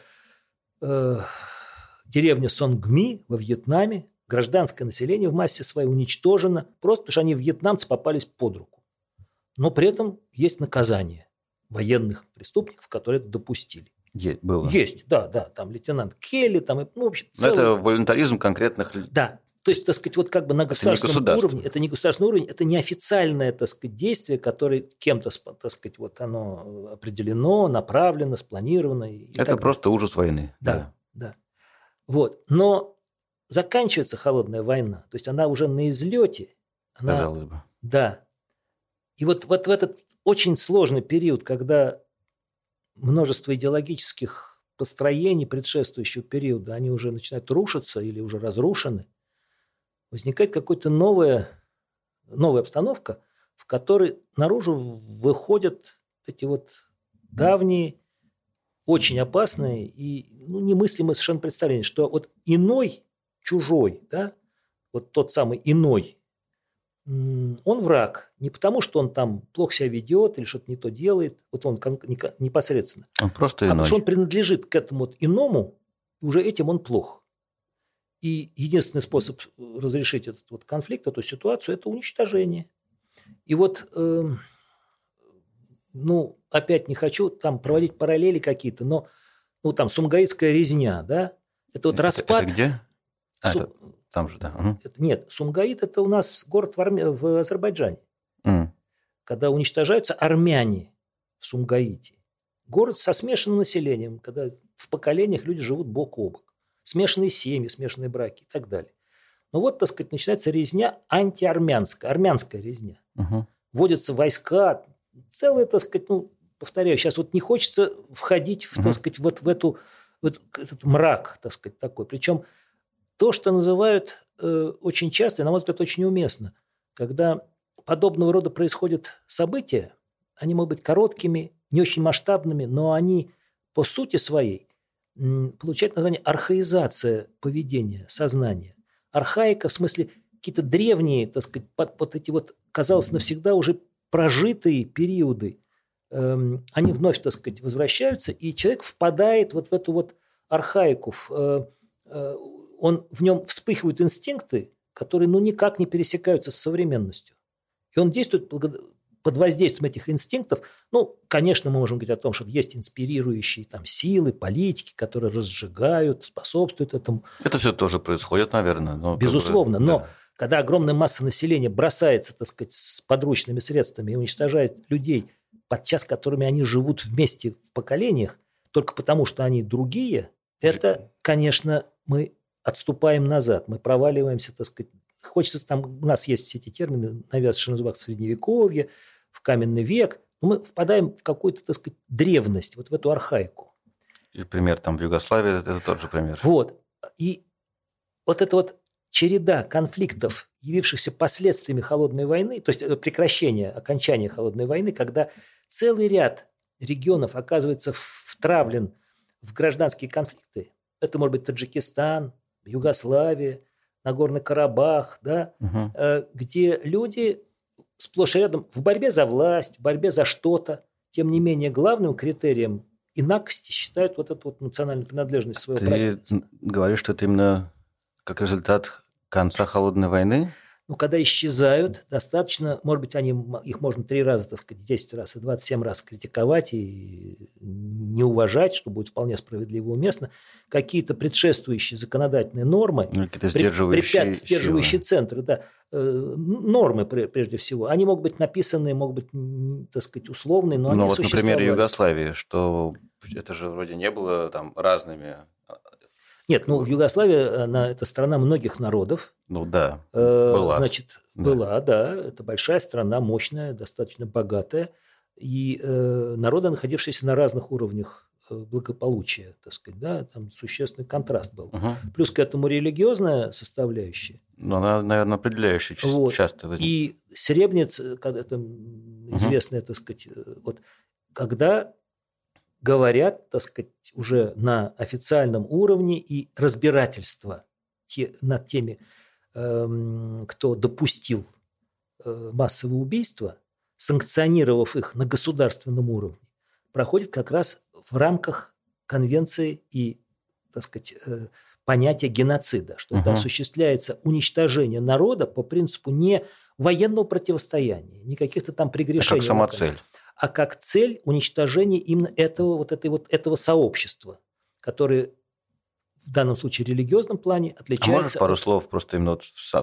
деревня Сонгми во Вьетнаме, гражданское население в массе своей уничтожено, просто потому что они, вьетнамцы, попались под руку. Но при этом есть наказание военных преступников, которые это допустили. Было. Есть, да. Там лейтенант Келли, там, в общем, это волюнтаризм конкретных людей. Да. То есть, так сказать, вот как бы на государственном уровне, это не государственный уровень, это неофициальное, так сказать, действие, которое кем-то, так сказать, вот оно определено, направлено, спланировано. Это просто ужас войны. Да. Вот. Но заканчивается холодная война, то есть она уже на излете. Казалось бы. Да. И вот в этот очень сложный период, когда множество идеологических построений предшествующего периода, они уже начинают рушиться или уже разрушены, возникает какая-то новая обстановка, в которой наружу выходят эти вот давние, очень опасные и немыслимые совершенно представления, что вот иной, чужой, да, вот тот самый иной, он враг. Не потому, что он там плохо себя ведет или что-то не то делает, вот он непосредственно. Он просто иной. А потому что он принадлежит к этому вот иному, и уже этим он плох. И единственный способ разрешить этот вот конфликт, эту ситуацию, это уничтожение. И вот опять не хочу там проводить параллели какие-то, но там Сумгаитская резня, да, это вот распад... Это где? Это там же, да. Угу. Нет, Сумгаит – это у нас город в Азербайджане. Когда уничтожаются армяне в Сумгаите. Город со смешанным населением, когда в поколениях люди живут бок о бок. Смешанные семьи, смешанные браки и так далее. Но вот, так сказать, начинается резня антиармянская, армянская резня. Вводятся войска, целое, так сказать, повторяю, сейчас вот не хочется входить так сказать, вот в этот мрак, так сказать, такой. Причем то, что называют очень часто, и, на мой взгляд, очень неуместно, когда подобного рода происходят события, они могут быть короткими, не очень масштабными, но они по сути своей получают название архаизация поведения, сознания. Архаика в смысле какие-то древние, так сказать, вот эти вот, казалось, навсегда уже прожитые периоды, они вновь, так сказать, возвращаются, и человек впадает вот в эту вот архаику, в нем вспыхивают инстинкты, которые никак не пересекаются с современностью. И он действует под воздействием этих инстинктов. Конечно, мы можем говорить о том, что есть инспирирующие там силы, политики, которые разжигают, способствуют этому. Это все тоже происходит, наверное. Безусловно, но когда огромная масса населения бросается, так сказать, с подручными средствами и уничтожает людей, подчас которыми они живут вместе в поколениях, только потому, что они другие, это, конечно, мы отступаем назад, мы проваливаемся, так сказать. Хочется там, у нас есть все эти термины, навязанные в Средневековье, в каменный век, но мы впадаем в какую-то, так сказать, древность, вот в эту архаику. И пример там в Югославии, это тот же пример. Вот. И вот эта вот череда конфликтов, явившихся последствиями холодной войны, то есть прекращение, окончание холодной войны, когда целый ряд регионов оказывается втравлен в гражданские конфликты, это может быть Таджикистан, Югославия, Нагорный Карабах, да, где люди сплошь и рядом в борьбе за власть, в борьбе за что-то, тем не менее главным критерием инакости считают вот эту вот национальную принадлежность своего правительства. Ты говоришь, что это именно как результат конца холодной войны? Когда исчезают, достаточно, может быть, их можно 3 раза, так сказать, 10 раз и 27 раз критиковать и не уважать, что будет вполне справедливо и уместно, какие-то предшествующие законодательные нормы, какие-то сдерживающие центры, да, нормы прежде всего, они могут быть написаны, могут быть, так сказать, условные, но они существовали. Вот, например, Югославии, что это же вроде не было там разными... Нет, в Югославии это страна многих народов. Была. Значит, была, да. Это большая страна, мощная, достаточно богатая. И народы, находившиеся на разных уровнях благополучия, так сказать, да, там существенный контраст был. Плюс к этому религиозная составляющая. Она, наверное, определяющая часто. И Сребрениц, это известная, так сказать, вот, когда... говорят, так сказать, уже на официальном уровне и разбирательство над теми, кто допустил массовые убийства, санкционировав их на государственном уровне, проходит как раз в рамках конвенции и, так сказать, понятия геноцида, что это осуществляется уничтожение народа по принципу не военного противостояния, не каких-то там прегрешений. Как самоцель. А как цель уничтожения именно этого сообщества, которое в данном случае в религиозном плане отличается... А можешь пару слов просто именно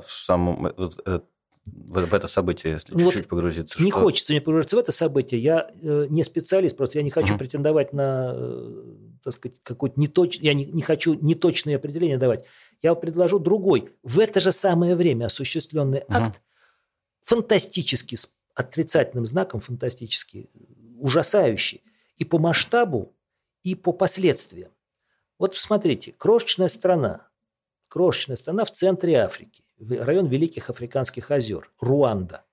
в это событие, если чуть-чуть погрузиться? Не хочется мне погрузиться в это событие. Я не специалист, просто я не хочу претендовать на, так сказать, какое-то неточное... Я не хочу неточные определения давать. Я предложу другой, в это же самое время осуществленный акт, фантастически отрицательным знаком, фантастически ужасающий и по масштабу, и по последствиям. Вот смотрите, крошечная страна в центре Африки, район Великих Африканских озер, Руанда.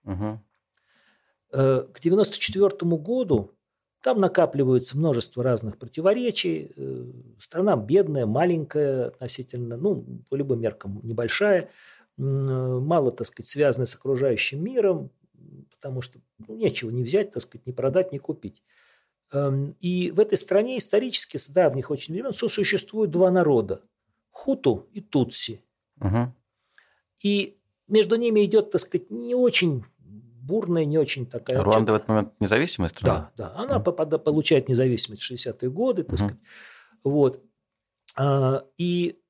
К 1994 году там накапливается множество разных противоречий. Страна бедная, маленькая относительно, по любым меркам небольшая, мало, так сказать, связанная с окружающим миром, потому что нечего не взять, так сказать, не продать, не купить. И в этой стране исторически с давних очень времен сосуществуют 2 народа – хуту и тутси. И между ними идет, так сказать, не очень бурная, не очень такая... Руанда в этот момент независимая страна? Да, да. Она получает независимость в 60-е годы, так сказать. Вот. И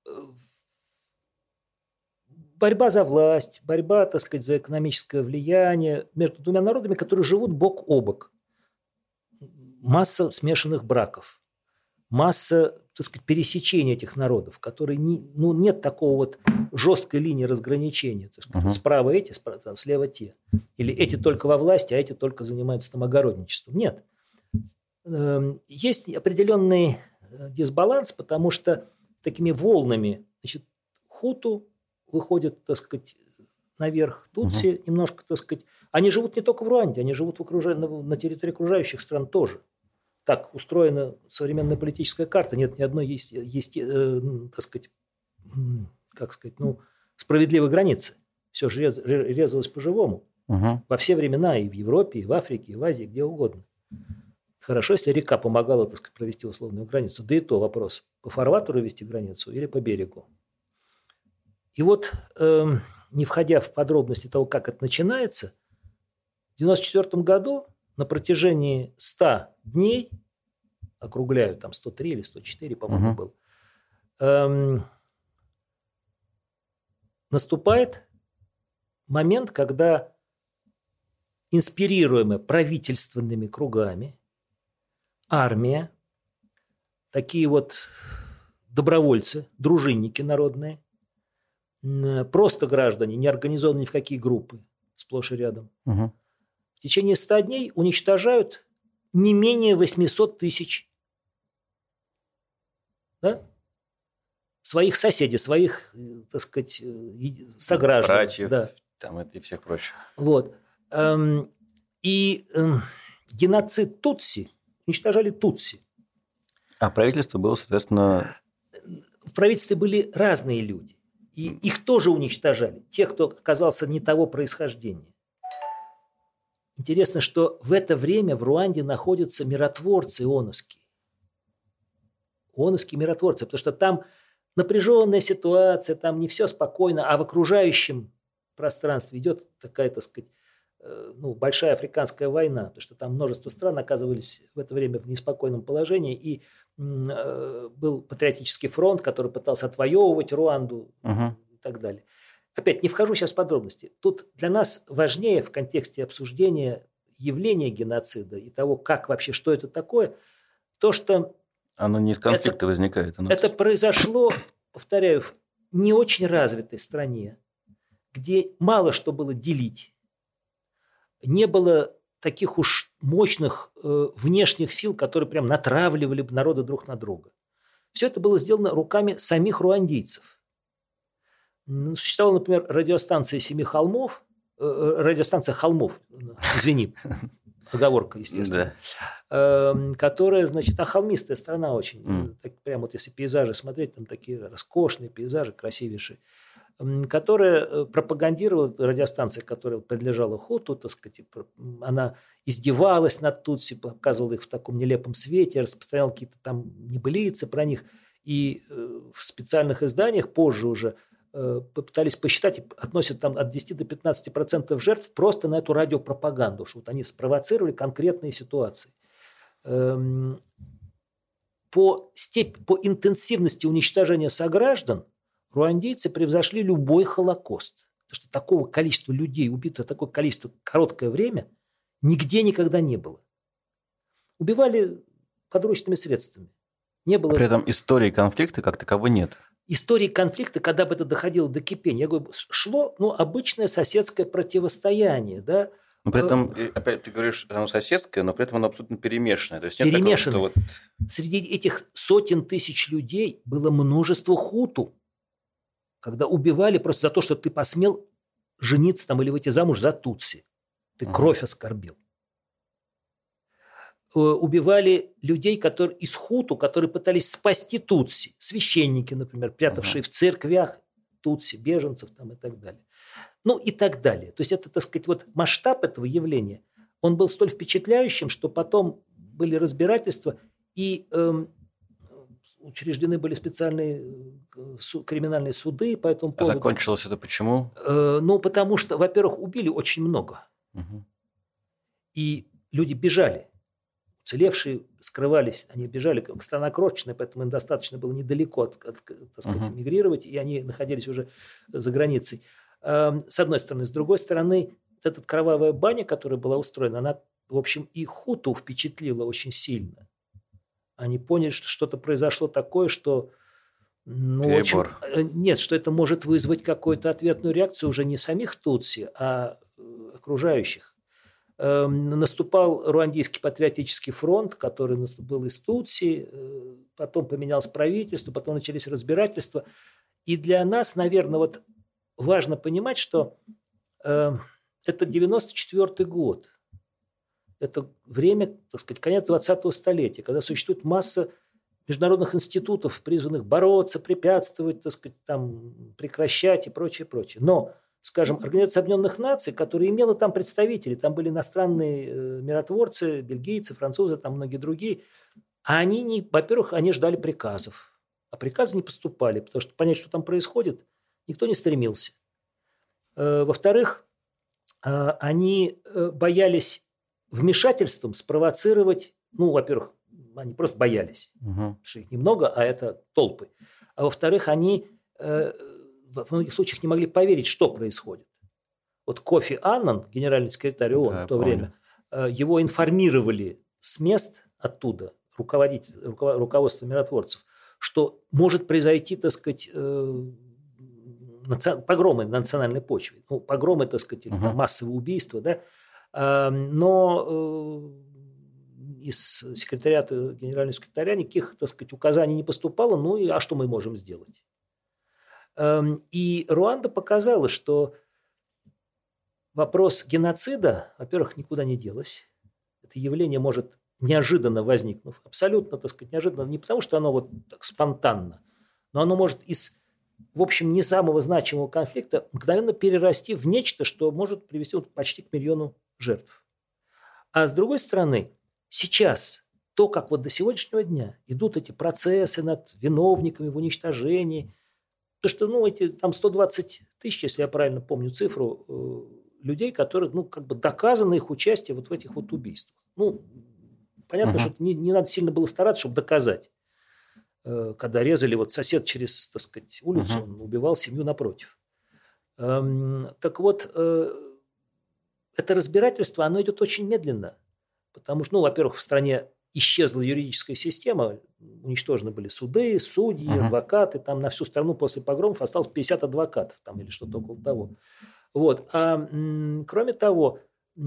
борьба за власть, борьба, так сказать, за экономическое влияние между двумя народами, которые живут бок о бок. Масса смешанных браков, масса, так сказать, пересечений этих народов, которые нет такого вот жесткой линии разграничения. Так сказать, справа эти, слева те. Или эти только во власти, а эти только занимаются там огородничеством. Нет. Есть определенный дисбаланс, потому что такими волнами, значит, хуту выходят, так сказать, наверх, тутси немножко, так сказать. Они живут не только в Руанде, они живут на территории окружающих стран тоже. Так устроена современная политическая карта. Нет ни одной так сказать, справедливой границы. Все же резалось по-живому. Во все времена, и в Европе, и в Африке, и в Азии, где угодно. Хорошо, если река помогала, так сказать, провести условную границу. Да и то вопрос, по фарватеру вести границу или по берегу. И вот, не входя в подробности того, как это начинается, в 1994 году на протяжении 100 дней, округляю, там 103 или 104, по-моему, был, наступает момент, когда инспирируемая правительственными кругами армия, такие вот добровольцы, дружинники народные, просто граждане, не организованы ни в какие группы, сплошь и рядом, в течение 100 дней уничтожают не менее 800 тысяч, да, своих соседей, своих, так сказать, сограждан. Братьев, да. Там и всех прочих. Вот. И геноцид тутси уничтожали тутси. А правительство было, соответственно... В правительстве были разные люди. И их тоже уничтожали. Тех, кто оказался не того происхождения. Интересно, что в это время в Руанде находятся миротворцы ионовские. Ионовские миротворцы, потому что там напряженная ситуация, там не все спокойно, а в окружающем пространстве идет такая, так сказать, большая африканская война, потому что там множество стран оказывались в это время в неспокойном положении, и был патриотический фронт, который пытался отвоевывать Руанду и так далее. Опять, не вхожу сейчас в подробности. Тут для нас важнее в контексте обсуждения явления геноцида и того, как вообще, что это такое, то, что... Оно не из конфликта возникает. Это произошло, повторяю, в не очень развитой стране, где мало что было делить, не было таких уж мощных внешних сил, которые прям натравливали бы народы друг на друга. Все это было сделано руками самих руандийцев. Существовала, например, радиостанция «Семи холмов», радиостанция «Холмов», извини, оговорка, естественно, которая, значит, холмистая страна очень, так, прямо вот если пейзажи смотреть, там такие роскошные пейзажи, красивейшие, которая пропагандировала, радиостанция, которая принадлежала хуту, так сказать, она издевалась над тутси, показывала их в таком нелепом свете, распространяла какие-то там небылицы про них, и в специальных изданиях позже уже попытались посчитать, относят там от 10 до 15% жертв просто на эту радиопропаганду, что вот они спровоцировали конкретные ситуации. По интенсивности уничтожения сограждан руандейцы превзошли любой Холокост. Потому что такого количества людей убито, такое количество короткое время нигде никогда не было. Убивали подручными средствами. Не было... При этом истории конфликта как таковой нет. Истории конфликта, когда бы это доходило до кипения, я говорю, шло обычное соседское противостояние, да. Но при этом, опять ты говоришь, оно соседское, но при этом оно абсолютно перемешанное. То есть нет перемешанное. Такого, что Среди этих сотен тысяч людей было множество хуту, когда убивали просто за то, что ты посмел жениться там или выйти замуж за тутси. Ты кровь оскорбил. Убивали людей, которые из хуту, которые пытались спасти тутси. Священники, например, прятавшие в церквях тутси, беженцев там и так далее. Ну и так далее. То есть это, так сказать, вот масштаб этого явления, он был столь впечатляющим, что потом были разбирательства и учреждены были специальные криминальные суды по этому поводу. А закончилось это почему? Потому что, во-первых, убили очень много. И люди бежали. Уцелевшие скрывались, они бежали. Страна крошечная, поэтому им достаточно было недалеко так сказать, мигрировать, и они находились уже за границей. С одной стороны. С другой стороны, эта кровавая баня, которая была устроена, она, в общем, и хуту впечатлила очень сильно. Они поняли, что что-то произошло такое, что... нет, что это может вызвать какую-то ответную реакцию уже не самих тутси, а окружающих. Наступал Руандийский патриотический фронт, который был из тутси, потом поменялось правительство, потом начались разбирательства. И для нас, наверное, вот важно понимать, что это 94-й год. Это время, так сказать, конец 20-го столетия, когда существует масса международных институтов, призванных бороться, препятствовать, так сказать, там, прекращать и прочее, прочее. Но, скажем, Организация Объединенных Наций, которая имела там представителей, там были иностранные миротворцы, бельгийцы, французы, там многие другие, а они, во-первых, они ждали приказов, а приказы не поступали, потому что понять, что там происходит, никто не стремился. Во-вторых, они боялись вмешательством спровоцировать, во-первых, они просто боялись, что их немного, а это толпы. А во-вторых, они во многих случаях не могли поверить, что происходит. Вот Кофи Аннан, генеральный секретарь ООН в то время, его информировали с мест оттуда, руководство миротворцев, что может произойти, так сказать, погромы на национальной почве. Погромы, так сказать, массовые убийства, да. Но из секретариата, генерального секретаря никаких, так сказать, указаний не поступало. А что мы можем сделать? И Руанда показала, что вопрос геноцида, во-первых, никуда не делось. Это явление может неожиданно возникнув, абсолютно, так сказать, неожиданно, не потому что оно вот так спонтанно, но оно может из, в общем, не самого значимого конфликта мгновенно перерасти в нечто, что может привести почти к 1 миллиону жертв. А с другой стороны, сейчас то, как вот до сегодняшнего дня идут эти процессы над виновниками в уничтожении, то, что, эти там 120 тысяч, если я правильно помню цифру, людей, которых, как бы доказано их участие вот в этих вот убийствах. Понятно, что не надо сильно было стараться, чтобы доказать. Когда резали, вот сосед через, так сказать, улицу, он убивал семью напротив. Так вот, это разбирательство, оно идет очень медленно. Потому что, во-первых, в стране исчезла юридическая система, уничтожены были суды, судьи, адвокаты. Там на всю страну после погромов осталось 50 адвокатов там, или что-то около того. Вот. А кроме того,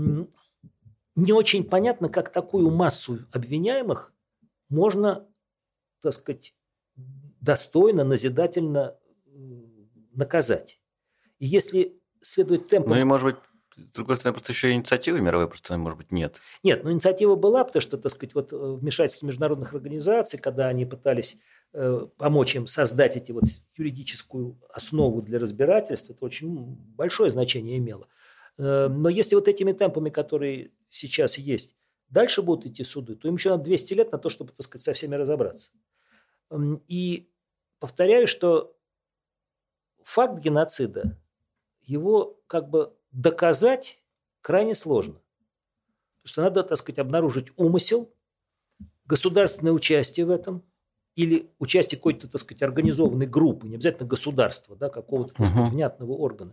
не очень понятно, как такую массу обвиняемых можно, так сказать, достойно, назидательно наказать. И если следует темпом... и, может быть, с другой стороны, просто еще инициативы мировой просто, может быть, нет. Нет, инициатива была, потому что, так сказать, вот вмешательство международных организаций, когда они пытались помочь им создать эти вот юридическую основу для разбирательства, это очень большое значение имело. Но если вот этими темпами, которые сейчас есть, дальше будут идти суды, то им еще надо 200 лет на то, чтобы, так сказать, со всеми разобраться. И повторяю, что факт геноцида, его как бы доказать крайне сложно. Потому что надо, так сказать, обнаружить умысел, государственное участие в этом или участие какой-то, так сказать, организованной группы, не обязательно государства, да, какого-то, так сказать, внятного органа.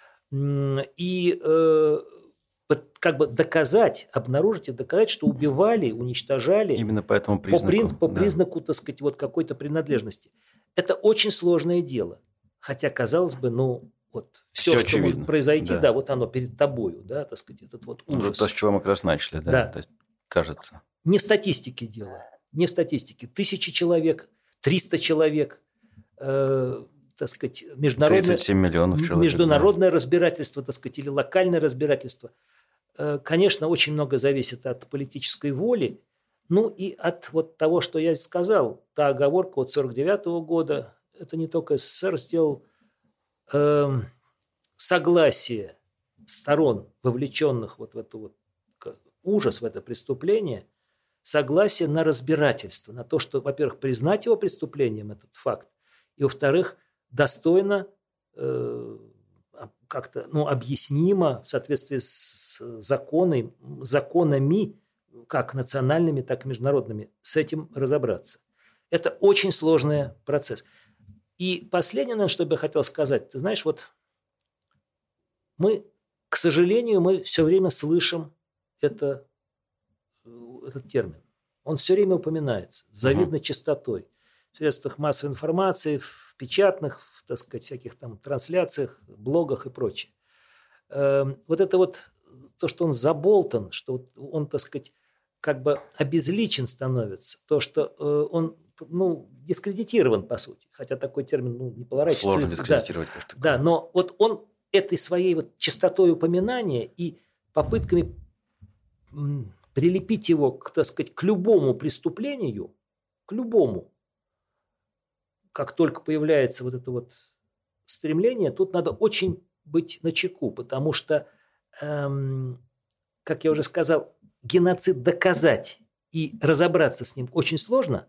И как бы доказать, обнаружить и доказать, что убивали, уничтожали именно по этому признаку, по признаку, так сказать, вот какой-то принадлежности. Это очень сложное дело. Хотя, казалось бы, все, что очевидно. Может произойти, да, вот оно перед тобою, да, так сказать, этот вот ужас. То, с чего мы как раз начали, да. То есть, кажется. Не в статистике дело, не в статистике. 1000 человек, 300 человек, так сказать, 37 миллионов человек, международное разбирательство, так сказать, или локальное разбирательство. Конечно, очень много зависит от политической воли, и от вот того, что я сказал, та оговорка от 1949 года, это не только СССР сделал, согласие сторон, вовлеченных вот в это вот ужас, в это преступление, согласие на разбирательство, на то, что, во-первых, признать его преступлением, этот факт, и, во-вторых, достойно как-то объяснимо в соответствии с законами, как национальными, так и международными, с этим разобраться. Это очень сложный процесс. И последнее, наверное, что бы я хотел сказать. Ты знаешь, вот к сожалению, мы все время слышим этот термин. Он все время упоминается с завидной частотой. В средствах массовой информации, в печатных, так сказать, всяких там трансляциях, блогах и прочее. Вот это вот то, что он заболтан, что он, так сказать, как бы обезличен становится, то, что он дискредитирован, по сути. Хотя такой термин не поворачивается. Сложно дискредитировать. Да, но вот он этой своей вот частотой упоминания и попытками прилепить его, так сказать, к любому преступлению, к любому, как только появляется вот это вот стремление, тут надо очень быть начеку, потому что, как я уже сказал, геноцид доказать и разобраться с ним очень сложно.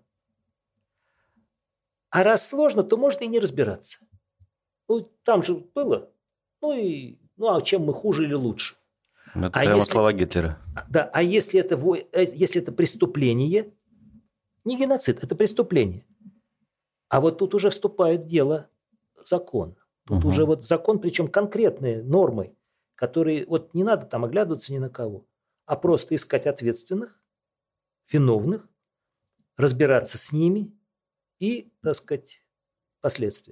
А раз сложно, то можно и не разбираться. Там же было. А чем мы хуже или лучше? Это прямо слова Гитлера. Да, а если это преступление, не геноцид, это преступление. А вот тут уже вступает в дело закон. Тут уже вот закон, причем конкретные нормы, которые вот не надо там оглядываться ни на кого, а просто искать ответственных, виновных, разбираться с ними и, так сказать, последствия.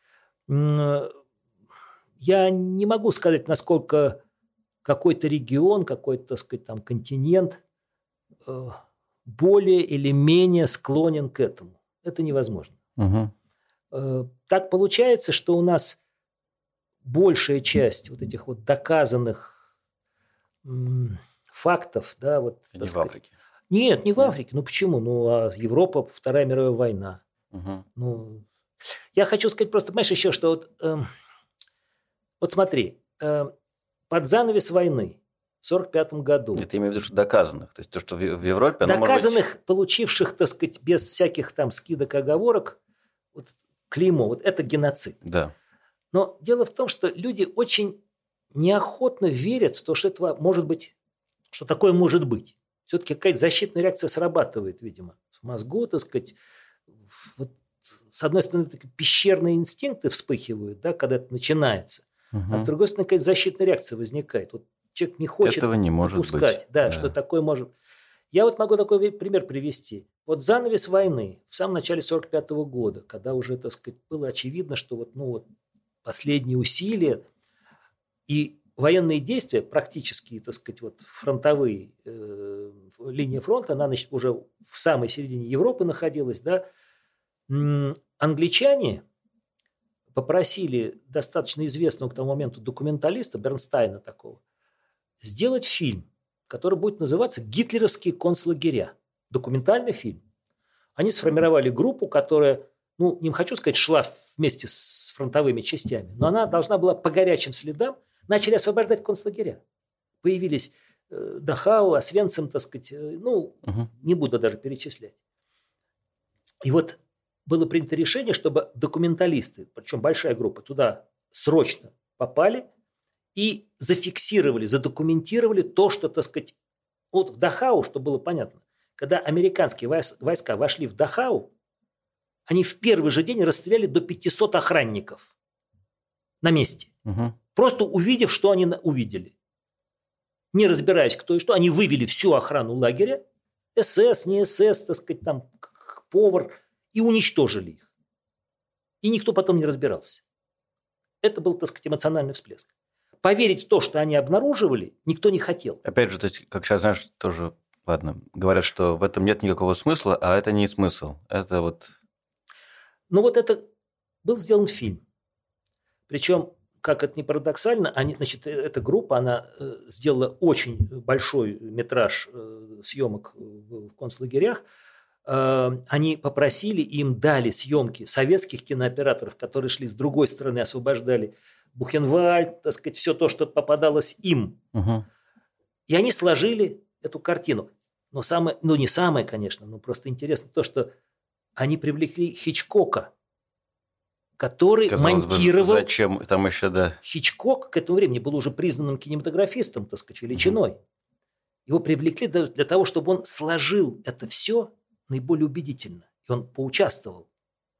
Я не могу сказать, насколько какой-то регион, какой-то, так сказать, там континент более или менее склонен к этому. Это невозможно. Так получается, что у нас большая часть вот этих вот доказанных фактов, да, вот. Не в Африке. Нет, не в Африке. Почему? А Европа, Вторая мировая война. Я хочу сказать просто, понимаешь, еще, что вот смотри, под занавес войны в 1945 году. Это имею в виду, что доказанных. То есть то, что в Европе... Доказанных, получивших, так сказать, без всяких там скидок и оговорок, вот, клеймо, вот это геноцид. Да. Но дело в том, что люди очень неохотно верят в то, что это может быть, что такое может быть. Все-таки какая-то защитная реакция срабатывает, видимо, в мозгу, так сказать. Вот, с одной стороны, такие пещерные инстинкты вспыхивают, да, когда это начинается. А с другой стороны, какая-то защитная реакция возникает. Вот человек не хочет этого не может допускать, быть. Да, что такое может. Я вот могу такой пример привести. Вот занавес войны в самом начале 1945 года, когда уже, так сказать, было очевидно, что последние усилия и военные действия, практически, так сказать, вот фронтовые, линия фронта, она, значит, уже в самой середине Европы находилась, да, англичане попросили достаточно известного к тому моменту документалиста, Бернстайна такого, сделать фильм, который будет называться «Гитлеровские концлагеря». Документальный фильм. Они сформировали группу, которая, не хочу сказать, шла вместе с фронтовыми частями, но она должна была по горячим следам, начали освобождать концлагеря. Появились Дахау, Освенцим, так сказать, не буду даже перечислять. И вот было принято решение, чтобы документалисты, причем большая группа, туда срочно попали и зафиксировали, задокументировали то, что, так сказать, вот в Дахау, чтобы было понятно, когда американские войска вошли в Дахау, они в первый же день расстреляли до 500 охранников на месте. Просто увидев, что они увидели. Не разбираясь, кто и что, они вывели всю охрану лагеря, СС, не СС, так сказать, там, повар, и уничтожили их. И никто потом не разбирался. Это был, так сказать, эмоциональный всплеск. Поверить в то, что они обнаруживали, никто не хотел. Опять же, то есть, как сейчас, знаешь, тоже, ладно, говорят, что в этом нет никакого смысла, а это не смысл. Это вот... это был сделан фильм. Причем, как это ни парадоксально, эта группа, она сделала очень большой метраж съемок в концлагерях. Они попросили, им дали съемки советских кинооператоров, которые шли с другой стороны, освобождали Бухенвальд, так сказать, все то, что попадалось им. И они сложили эту картину. Но не самое, конечно, но просто интересно то, что они привлекли Хичкока, который Казалось бы, монтировал... зачем там еще, да. Хичкок к этому времени был уже признанным кинематографистом, так сказать, величиной. Его привлекли для того, чтобы он сложил это все наиболее убедительно. И он поучаствовал.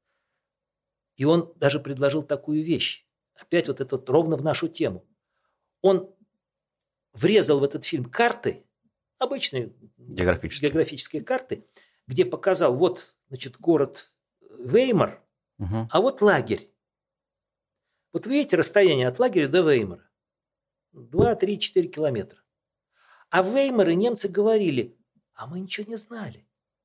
И он даже предложил такую вещь. Опять вот это вот ровно в нашу тему. Он врезал в этот фильм карты, обычные географические карты, где показал, вот, значит, город Веймар, а вот лагерь. Вот видите расстояние от лагеря до Веймара? 2, 3, 4 километра. А в Веймаре немцы говорили, а мы ничего не знали.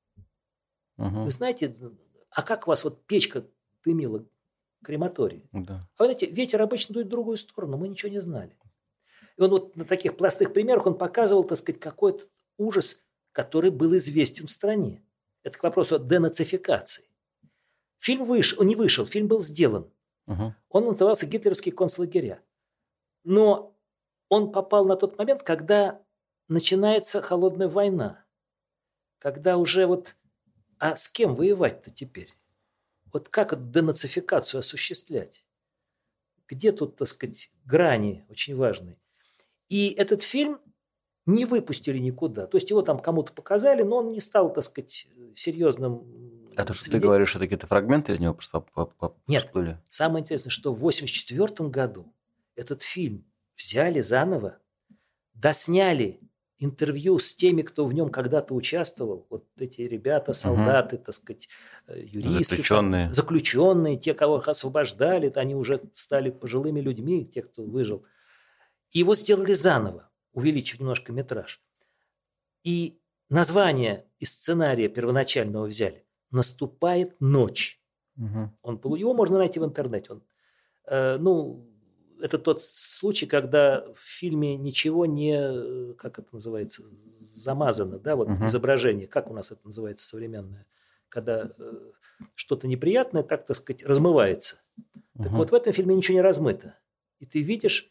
Вы знаете, а как у вас вот печка дымила, крематорий? Да. А вы знаете, ветер обычно дует в другую сторону, мы ничего не знали. И он вот на таких простых примерах он показывал, так сказать, какой-то ужас, который был известен в стране. Это к вопросу о денацификации. Фильм не вышел, фильм был сделан. Он назывался «Гитлеровские концлагеря». Но он попал на тот момент, когда начинается холодная война. Когда уже вот... А с кем воевать-то теперь? Вот как эту денацификацию осуществлять? Где тут, так сказать, грани очень важные? И этот фильм не выпустили никуда. То есть его там кому-то показали, но он не стал, так сказать, серьезным... А то, что ты говоришь, это какие-то фрагменты из него просто Нет. всплыли? Самое интересное, что в 1984 году этот фильм взяли заново, досняли интервью с теми, кто в нем когда-то участвовал. Вот эти ребята, солдаты, так сказать, юристы. Заключенные, те, кого их освобождали, они уже стали пожилыми людьми, те, кто выжил. И его сделали заново, увеличив немножко метраж. И название из сценария первоначального взяли. «Наступает ночь». Его можно найти в интернете. Это тот случай, когда в фильме ничего не, как это называется, замазано, да, вот изображение, как у нас это называется современное, когда что-то неприятное, так сказать, размывается. Так вот в этом фильме ничего не размыто. И ты видишь,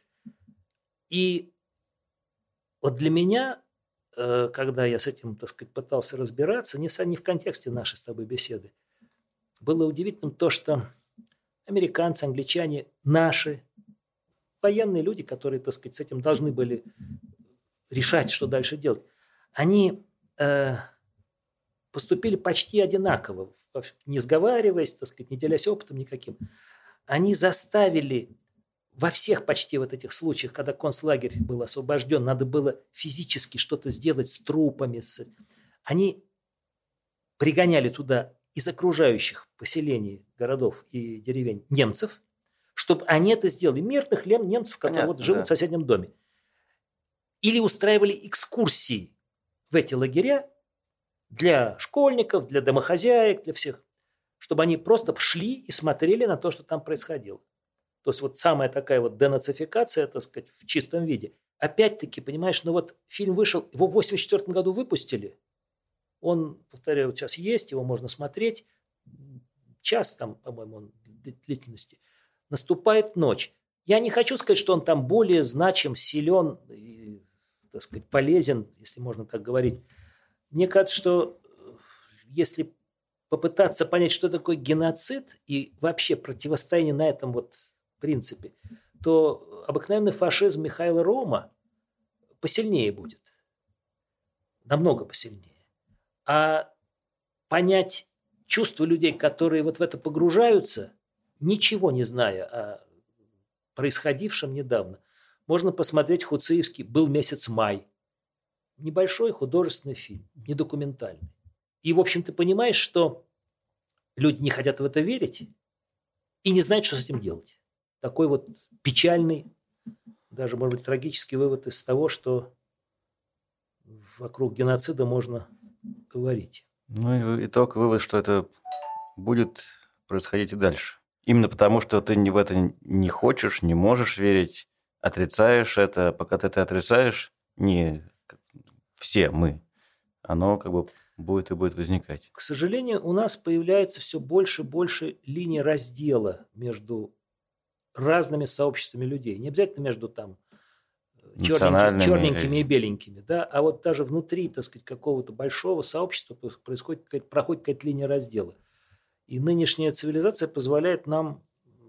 и вот для меня, когда я с этим, так сказать, пытался разбираться, не в контексте нашей с тобой беседы, было удивительным то, что американцы, англичане, наши военные люди, которые, так сказать, с этим должны были решать, что дальше делать, они поступили почти одинаково, не сговариваясь, так сказать, не делясь опытом никаким. Они заставили во всех почти вот этих случаях, когда концлагерь был освобожден, надо было физически что-то сделать с трупами. Они пригоняли туда из окружающих поселений, городов и деревень немцев, чтобы они это сделали. Мирных немцев, которые вот живут в соседнем доме. Или устраивали экскурсии в эти лагеря для школьников, для домохозяек, для всех, чтобы они просто шли и смотрели на то, что там происходило. То есть вот самая такая вот денацификация, так сказать, в чистом виде. Опять-таки, понимаешь, вот фильм вышел, его в 1984 году выпустили. Он, повторяю, вот сейчас есть, его можно смотреть. Час там, по-моему, он длительности. Наступает ночь. Я не хочу сказать, что он там более значим, силен и, так сказать, полезен, если можно так говорить. Мне кажется, что если попытаться понять, что такое геноцид и вообще противостояние на этом вот принципе, то обыкновенный фашизм Михаила Рома посильнее будет. Намного посильнее. А понять чувства людей, которые вот в это погружаются, ничего не зная о происходившем недавно, можно посмотреть Хуциевский «Был месяц май». Небольшой художественный фильм, не документальный. И, в общем, ты понимаешь, что люди не хотят в это верить и не знают, что с этим делать. Такой вот печальный, даже, может быть, трагический вывод из того, что вокруг геноцида можно говорить. Ну и итог, вывод, что это будет происходить и дальше. Именно потому, что ты в это не хочешь, не можешь верить, отрицаешь это. Пока ты это отрицаешь, не все мы, оно как бы будет и будет возникать. К сожалению, у нас появляется все больше и больше линий раздела между разными сообществами людей. Не обязательно между там черненькими и беленькими, да, а вот даже внутри, так сказать, какого-то большого сообщества проходит какая-то линия раздела. И нынешняя цивилизация позволяет нам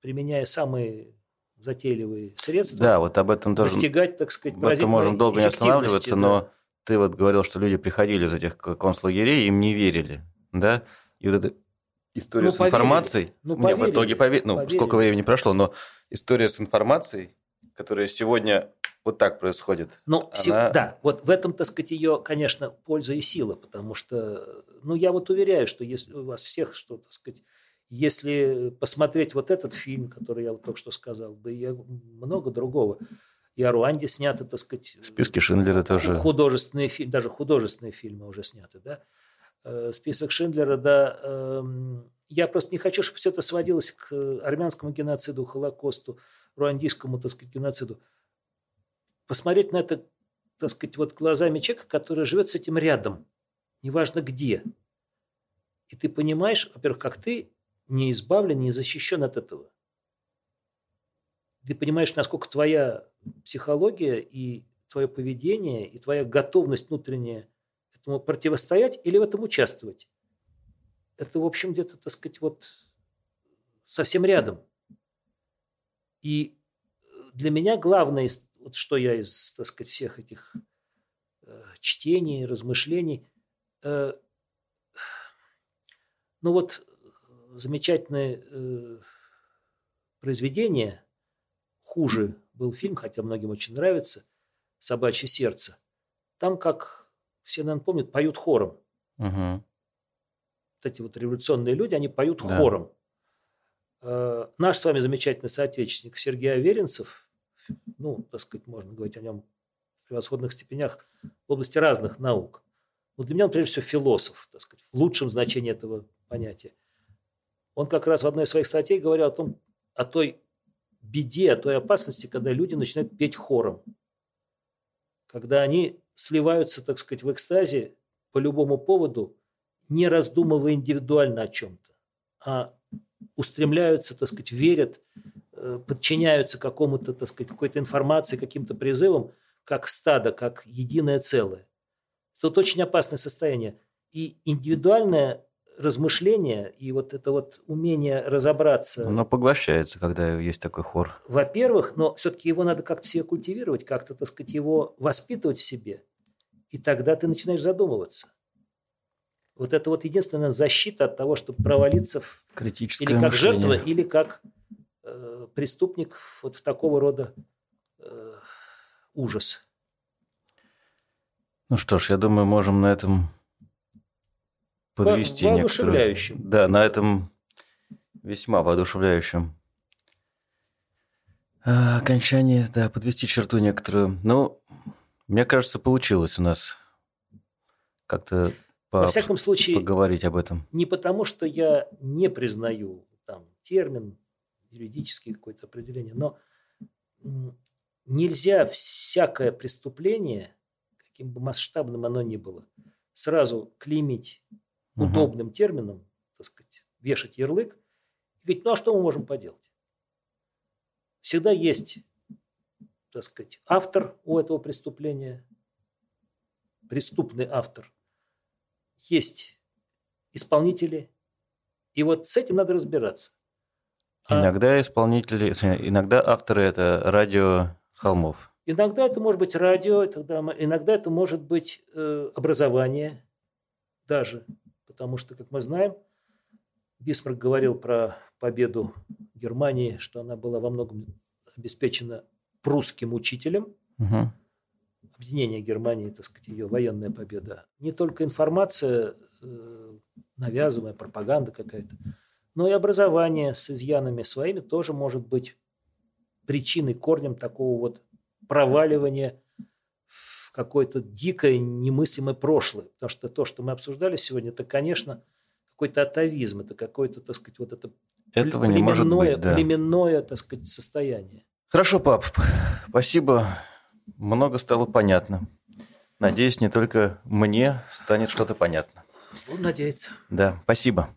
применяя самые затейливые средства, Да, вот об этом тоже. достигать, так сказать, В этом можем долго не останавливаться, да. но ты вот говорил, что люди приходили из этих концлагерей, им не верили, да? И вот эта история с информацией... поверили. В итоге Поверили. сколько времени прошло, но история с информацией, которая сегодня вот так происходит. Да, вот в этом, так сказать, ее, конечно, польза и сила, потому что, я вот уверяю, что если у вас всех, что, так сказать, если посмотреть вот этот фильм, который я вот только что сказал, да и много другого, и о Руанде сняты, так сказать... Списки Шиндлера тоже. Художественные фильмы, даже художественные фильмы уже сняты, да. Список Шиндлера, да. Я просто не хочу, чтобы все это сводилось к армянскому геноциду, Холокосту, руандийскому, так сказать, геноциду. Посмотреть на это, так сказать, вот глазами человека, который живет с этим рядом, неважно где. И ты понимаешь, во-первых, как ты не избавлен, не защищен от этого. Ты понимаешь, насколько твоя психология и твое поведение, и твоя готовность внутренняя этому противостоять или в этом участвовать. Это, в общем, где-то, так сказать, вот совсем рядом. И для меня главное, вот что я из, так сказать, всех этих чтений, размышлений, замечательное произведение, хуже был фильм, хотя многим очень нравится, «Собачье сердце». Там, как все, наверное, помнят, поют хором. Угу. Вот эти вот революционные люди, они поют хором. Наш с вами замечательный соотечественник Сергей Аверинцев, так сказать, можно говорить о нем в превосходных степенях в области разных наук. Но для меня он, прежде всего, философ, так сказать, в лучшем значении этого понятия. Он как раз в одной из своих статей говорил о той беде, о той опасности, когда люди начинают петь хором. Когда они сливаются, так сказать, в экстазе по любому поводу, не раздумывая индивидуально о чем-то, а устремляются, так сказать, верят, подчиняются какому-то, так сказать, какой-то информации, каким-то призывам, как стадо, как единое целое. Это очень опасное состояние. И индивидуальное размышление и вот это вот умение разобраться... Оно поглощается, когда есть такой хор. Во-первых, но все-таки его надо как-то себе культивировать, как-то, так сказать, его воспитывать в себе. И тогда ты начинаешь задумываться. Вот это вот единственная защита от того, чтобы провалиться критическое или как мышление. жертва, или как преступник вот в такого рода ужас. Ну что ж, я думаю, можем на этом подвести воодушевляющим. Да, на этом весьма воодушевляющем окончании, да, подвести черту некоторую. Ну, мне кажется, получилось у нас как-то во всяком случае, поговорить об этом. Не потому, что я не признаю там термин, юридическое какое-то определение, но нельзя всякое преступление, каким бы масштабным оно ни было, сразу клеймить удобным термином, так сказать, вешать ярлык и говорить, а что мы можем поделать? Всегда есть, так сказать, автор у этого преступления, преступный автор. Есть исполнители, и вот с этим надо разбираться. Иногда иногда авторы – это радио холмов. Иногда это может быть радио, иногда это может быть образование даже, потому что, как мы знаем, Бисмарк говорил про победу Германии, что она была во многом обеспечена прусским учителем. Угу. Объединение Германии, так сказать, ее военная победа. Не только информация, навязывая, пропаганда какая-то, но и образование с изъянами своими тоже может быть причиной, корнем такого вот проваливания в какое-то дикое, немыслимое прошлое. Потому что то, что мы обсуждали сегодня, это, конечно, какой-то атавизм, это какое-то, так сказать, вот это племенное, так сказать, состояние. Хорошо, пап, спасибо. Много стало понятно. Надеюсь, не только мне станет что-то понятно. Будем надеяться. Да, спасибо.